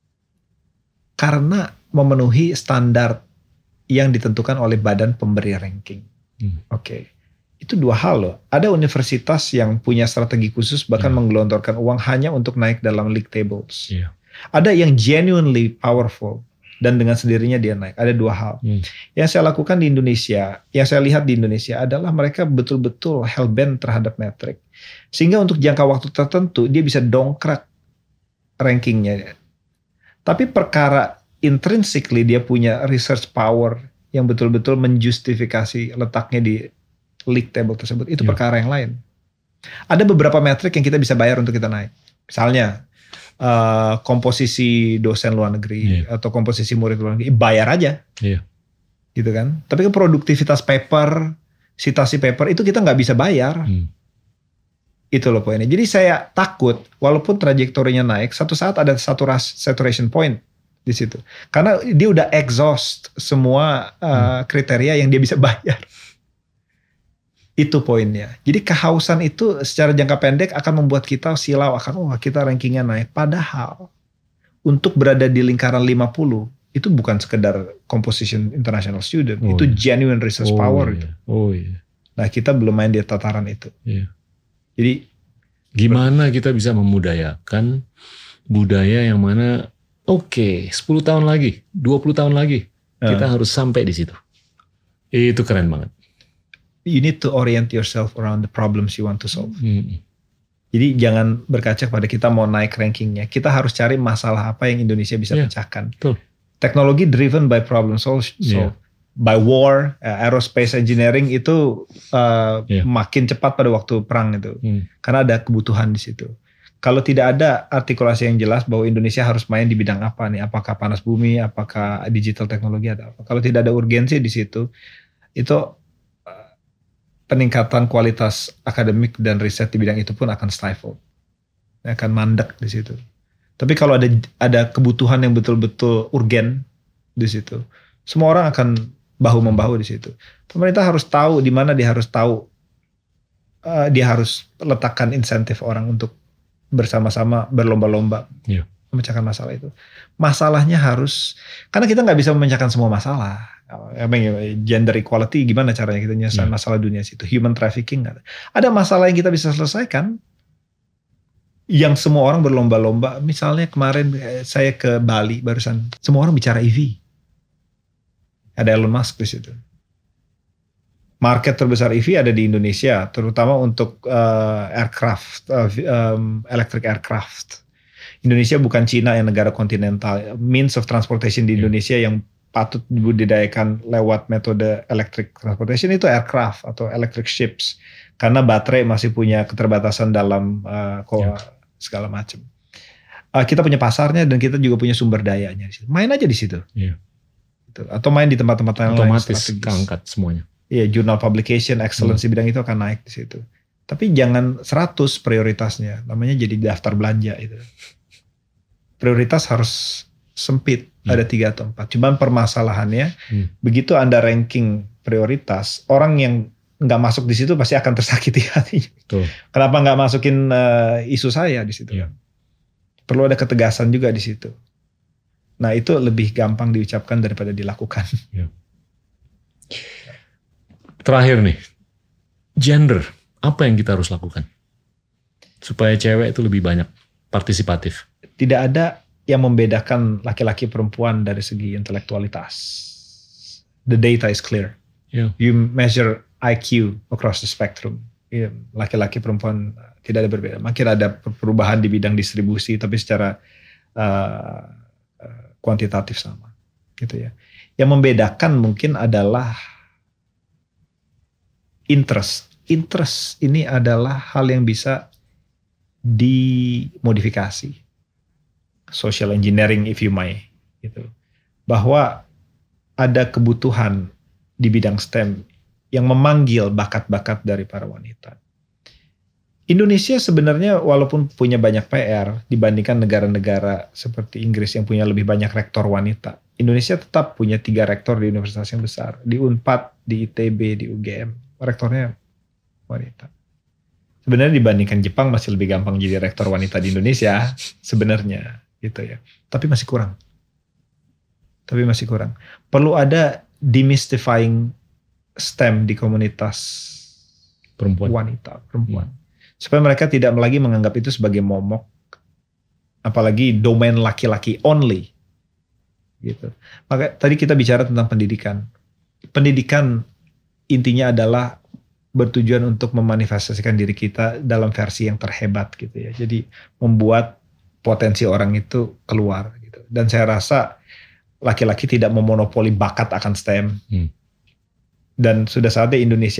karena memenuhi standar yang ditentukan oleh badan pemberi ranking. Hmm. Oke, okay. Itu dua hal loh. Ada universitas yang punya strategi khusus bahkan yeah. menggelontorkan uang hanya untuk naik dalam league tables. Yeah. Ada yang genuinely powerful dan dengan sendirinya dia naik. Ada dua hal. Hmm. Yang saya lakukan di Indonesia, yang saya lihat di Indonesia adalah mereka betul-betul hellbent terhadap metrik. Sehingga untuk jangka waktu tertentu dia bisa dongkrak rankingnya. Tapi perkara intrinsically dia punya research power yang betul-betul menjustifikasi letaknya di league table tersebut. Itu yeah. perkara yang lain. Ada beberapa metrik yang kita bisa bayar untuk kita naik. Misalnya uh, komposisi dosen luar negeri yeah. atau komposisi murid luar negeri, bayar aja. Yeah. Gitu kan. Tapi kan produktivitas paper, citasi paper itu kita nggak bisa bayar. Hmm. Itu loh poinnya. Jadi saya takut walaupun trajektorinya naik, satu saat ada saturation point di situ. Karena dia udah exhaust semua uh, hmm. kriteria yang dia bisa bayar. Itu poinnya. Jadi kehausan itu secara jangka pendek akan membuat kita silau akan, oh kita rankingnya naik. Padahal untuk berada di lingkaran lima puluh itu bukan sekedar composition international student. Oh, itu yeah. genuine research oh, power. Yeah. Oh, yeah. Nah kita belum main di tataran itu. Yeah. Jadi gimana kita bisa memudayakan budaya yang mana oke, okay, sepuluh tahun lagi, dua puluh tahun lagi uh. kita harus sampai di situ. Itu keren banget. You need to orient yourself around the problems you want to solve. Hmm. Jadi jangan berkaca pada kita mau naik rankingnya. Kita harus cari masalah apa yang Indonesia bisa yeah. pecahkan. Betul. Teknologi driven by problem solve. Yeah. By war, uh, aerospace engineering itu uh, yeah. makin cepat pada waktu perang itu. Hmm. Karena ada kebutuhan di situ. Kalau tidak ada artikulasi yang jelas bahwa Indonesia harus main di bidang apa nih, apakah panas bumi, apakah digital teknologi atau apa. Kalau tidak ada urgensi di situ, itu uh, peningkatan kualitas akademik dan riset di bidang itu pun akan stifle, akan mandek di situ. Tapi kalau ada ada kebutuhan yang betul-betul urgen di situ, semua orang akan bahu membahu di situ. Pemerintah harus tahu di mana dia harus tahu, uh, dia harus letakkan insentif orang untuk bersama-sama berlomba-lomba yeah. memecahkan masalah itu. Masalahnya harus, karena kita nggak bisa memecahkan semua masalah. Gender equality gimana caranya kita nyelesain yeah. masalah dunia situ? Human trafficking ada. Ada masalah yang kita bisa selesaikan, yang semua orang berlomba-lomba. Misalnya kemarin saya ke Bali barusan, semua orang bicara E V. Ada Elon Musk di situ. Market terbesar E V ada di Indonesia, terutama untuk uh, aircraft, uh, um, electric aircraft. Indonesia bukan Cina yang negara kontinental. Means of transportation di Indonesia yang patut dibudidayakan lewat metode electric transportation itu aircraft atau electric ships. Karena baterai masih punya keterbatasan dalam uh, yeah. segala macam. Uh, kita punya pasarnya dan kita juga punya sumber dayanya di situ. Main aja di situ. Yeah. Atau main di tempat-tempat yang lain. Otomatis keangkat semuanya. Iya, jurnal publication, excellence hmm. di bidang itu akan naik di situ. Tapi jangan seratus prioritasnya, namanya jadi daftar belanja itu. Prioritas harus sempit, hmm. ada tiga atau empat. Cuman permasalahannya, hmm. begitu Anda ranking prioritas, orang yang nggak masuk di situ pasti akan tersakiti hatinya. Betul. Kenapa nggak masukin uh, isu saya di situ? Yeah. Perlu ada ketegasan juga di situ. Nah itu lebih gampang diucapkan daripada dilakukan. Ya. Terakhir nih, gender, apa yang kita harus lakukan supaya cewek itu lebih banyak partisipatif? Tidak ada yang membedakan laki-laki perempuan dari segi intelektualitas. The data is clear. Yeah. You measure I Q across the spectrum. Laki-laki perempuan tidak ada berbeda. Makin ada perubahan di bidang distribusi, tapi secara uh, kuantitatif sama, gitu ya. Yang membedakan mungkin adalah interest. Interest ini adalah hal yang bisa dimodifikasi. Social engineering if you may, gitu. Bahwa ada kebutuhan di bidang STEM yang memanggil bakat-bakat dari para wanita. Indonesia sebenarnya walaupun punya banyak P R dibandingkan negara-negara seperti Inggris yang punya lebih banyak rektor wanita, Indonesia tetap punya tiga rektor di universitas yang besar, di Unpad, di I T B, di U G M, rektornya wanita. Sebenarnya dibandingkan Jepang masih lebih gampang jadi rektor wanita di Indonesia sebenarnya gitu ya. Tapi masih kurang. Tapi masih kurang. Perlu ada demystifying STEM di komunitas perempuan wanita, perempuan. Hmm. Supaya mereka tidak lagi menganggap itu sebagai momok, apalagi domain laki-laki only. Gitu. Maka tadi kita bicara tentang pendidikan. Pendidikan intinya adalah bertujuan untuk memanifestasikan diri kita dalam versi yang terhebat gitu ya. Jadi membuat potensi orang itu keluar gitu. Dan saya rasa laki-laki tidak memonopoli bakat akan STEM. Hmm. Dan sudah saatnya Indonesia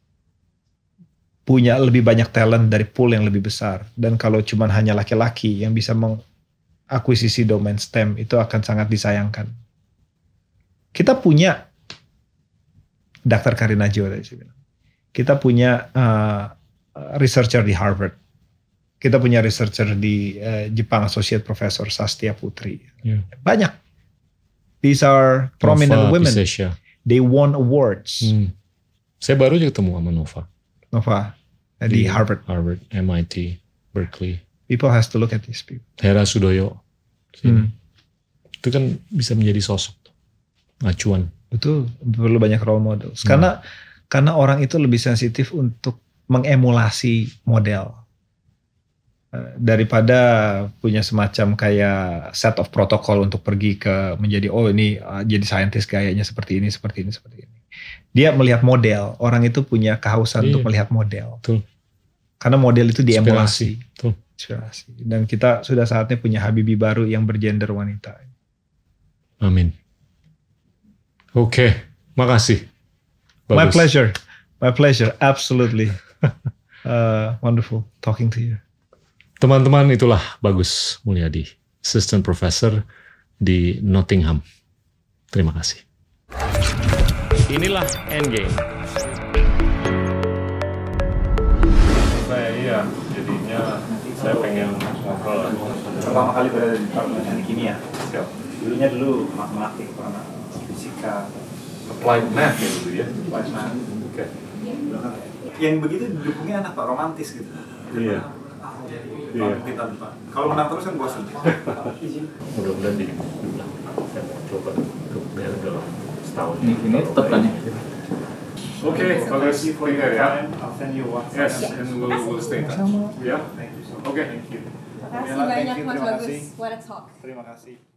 punya lebih banyak talent dari pool yang lebih besar. Dan kalau cuma hanya laki-laki yang bisa mengakuisisi domain STEM, itu akan sangat disayangkan. Kita punya Dokter Karina Jo tadi saya bilang. Kita punya uh, researcher di Harvard. Kita punya researcher di uh, Jepang, Associate Professor Sastia Putri. Yeah. Banyak. These are prominent Nova, women. Pisesha. They won awards. Hmm. Saya baru juga ketemu sama Nova. Nova di, di Harvard. Harvard, M I T, Berkeley. People has to look at these people. Hera Sudoyo. Hmm. Itu kan bisa menjadi sosok. Acuan. Betul. Perlu banyak role model. Hmm. Karena karena orang itu lebih sensitif untuk mengemulasi model. Daripada punya semacam kayak set of protokol untuk pergi ke menjadi oh ini uh, jadi saintis gayanya seperti ini seperti ini seperti ini. Dia melihat model. Orang itu punya kehausan iya. untuk melihat model. Betul. Karena model itu diemulasi. Betul. Inspirasi. Dan kita sudah saatnya punya Habibie baru yang bergender wanita. Amin. Oke, okay. Makasih. Bagus. My pleasure. My pleasure. Absolutely. uh, wonderful talking to you. Teman-teman, itulah Bagus Mulyadi, Assistant Professor di Nottingham. Terima kasih. Inilah Endgame. Saya iya, jadinya saya pengen ngobrol. Pertama kali berada di Departemen Kimia. Siap. Dulunya dulu matematik, fisika. Applied math ya dulu ya? Applied math. Oke. Okay. Yang begitu didukungnya anak Pak, romantis gitu. Iya. Iya. Kita lupa. Kalau menang terus kan bosan. Mudah-mudahan di coba untuk biar dalam setahun. Ini ini tetap kan ya. Oke, bagus. Tinggal ya. I'll send you one. Yes, and we'll, we'll stay in touch. Ya. Oke. Terima kasih banyak Mas Bagus. What a talk. Terima kasih.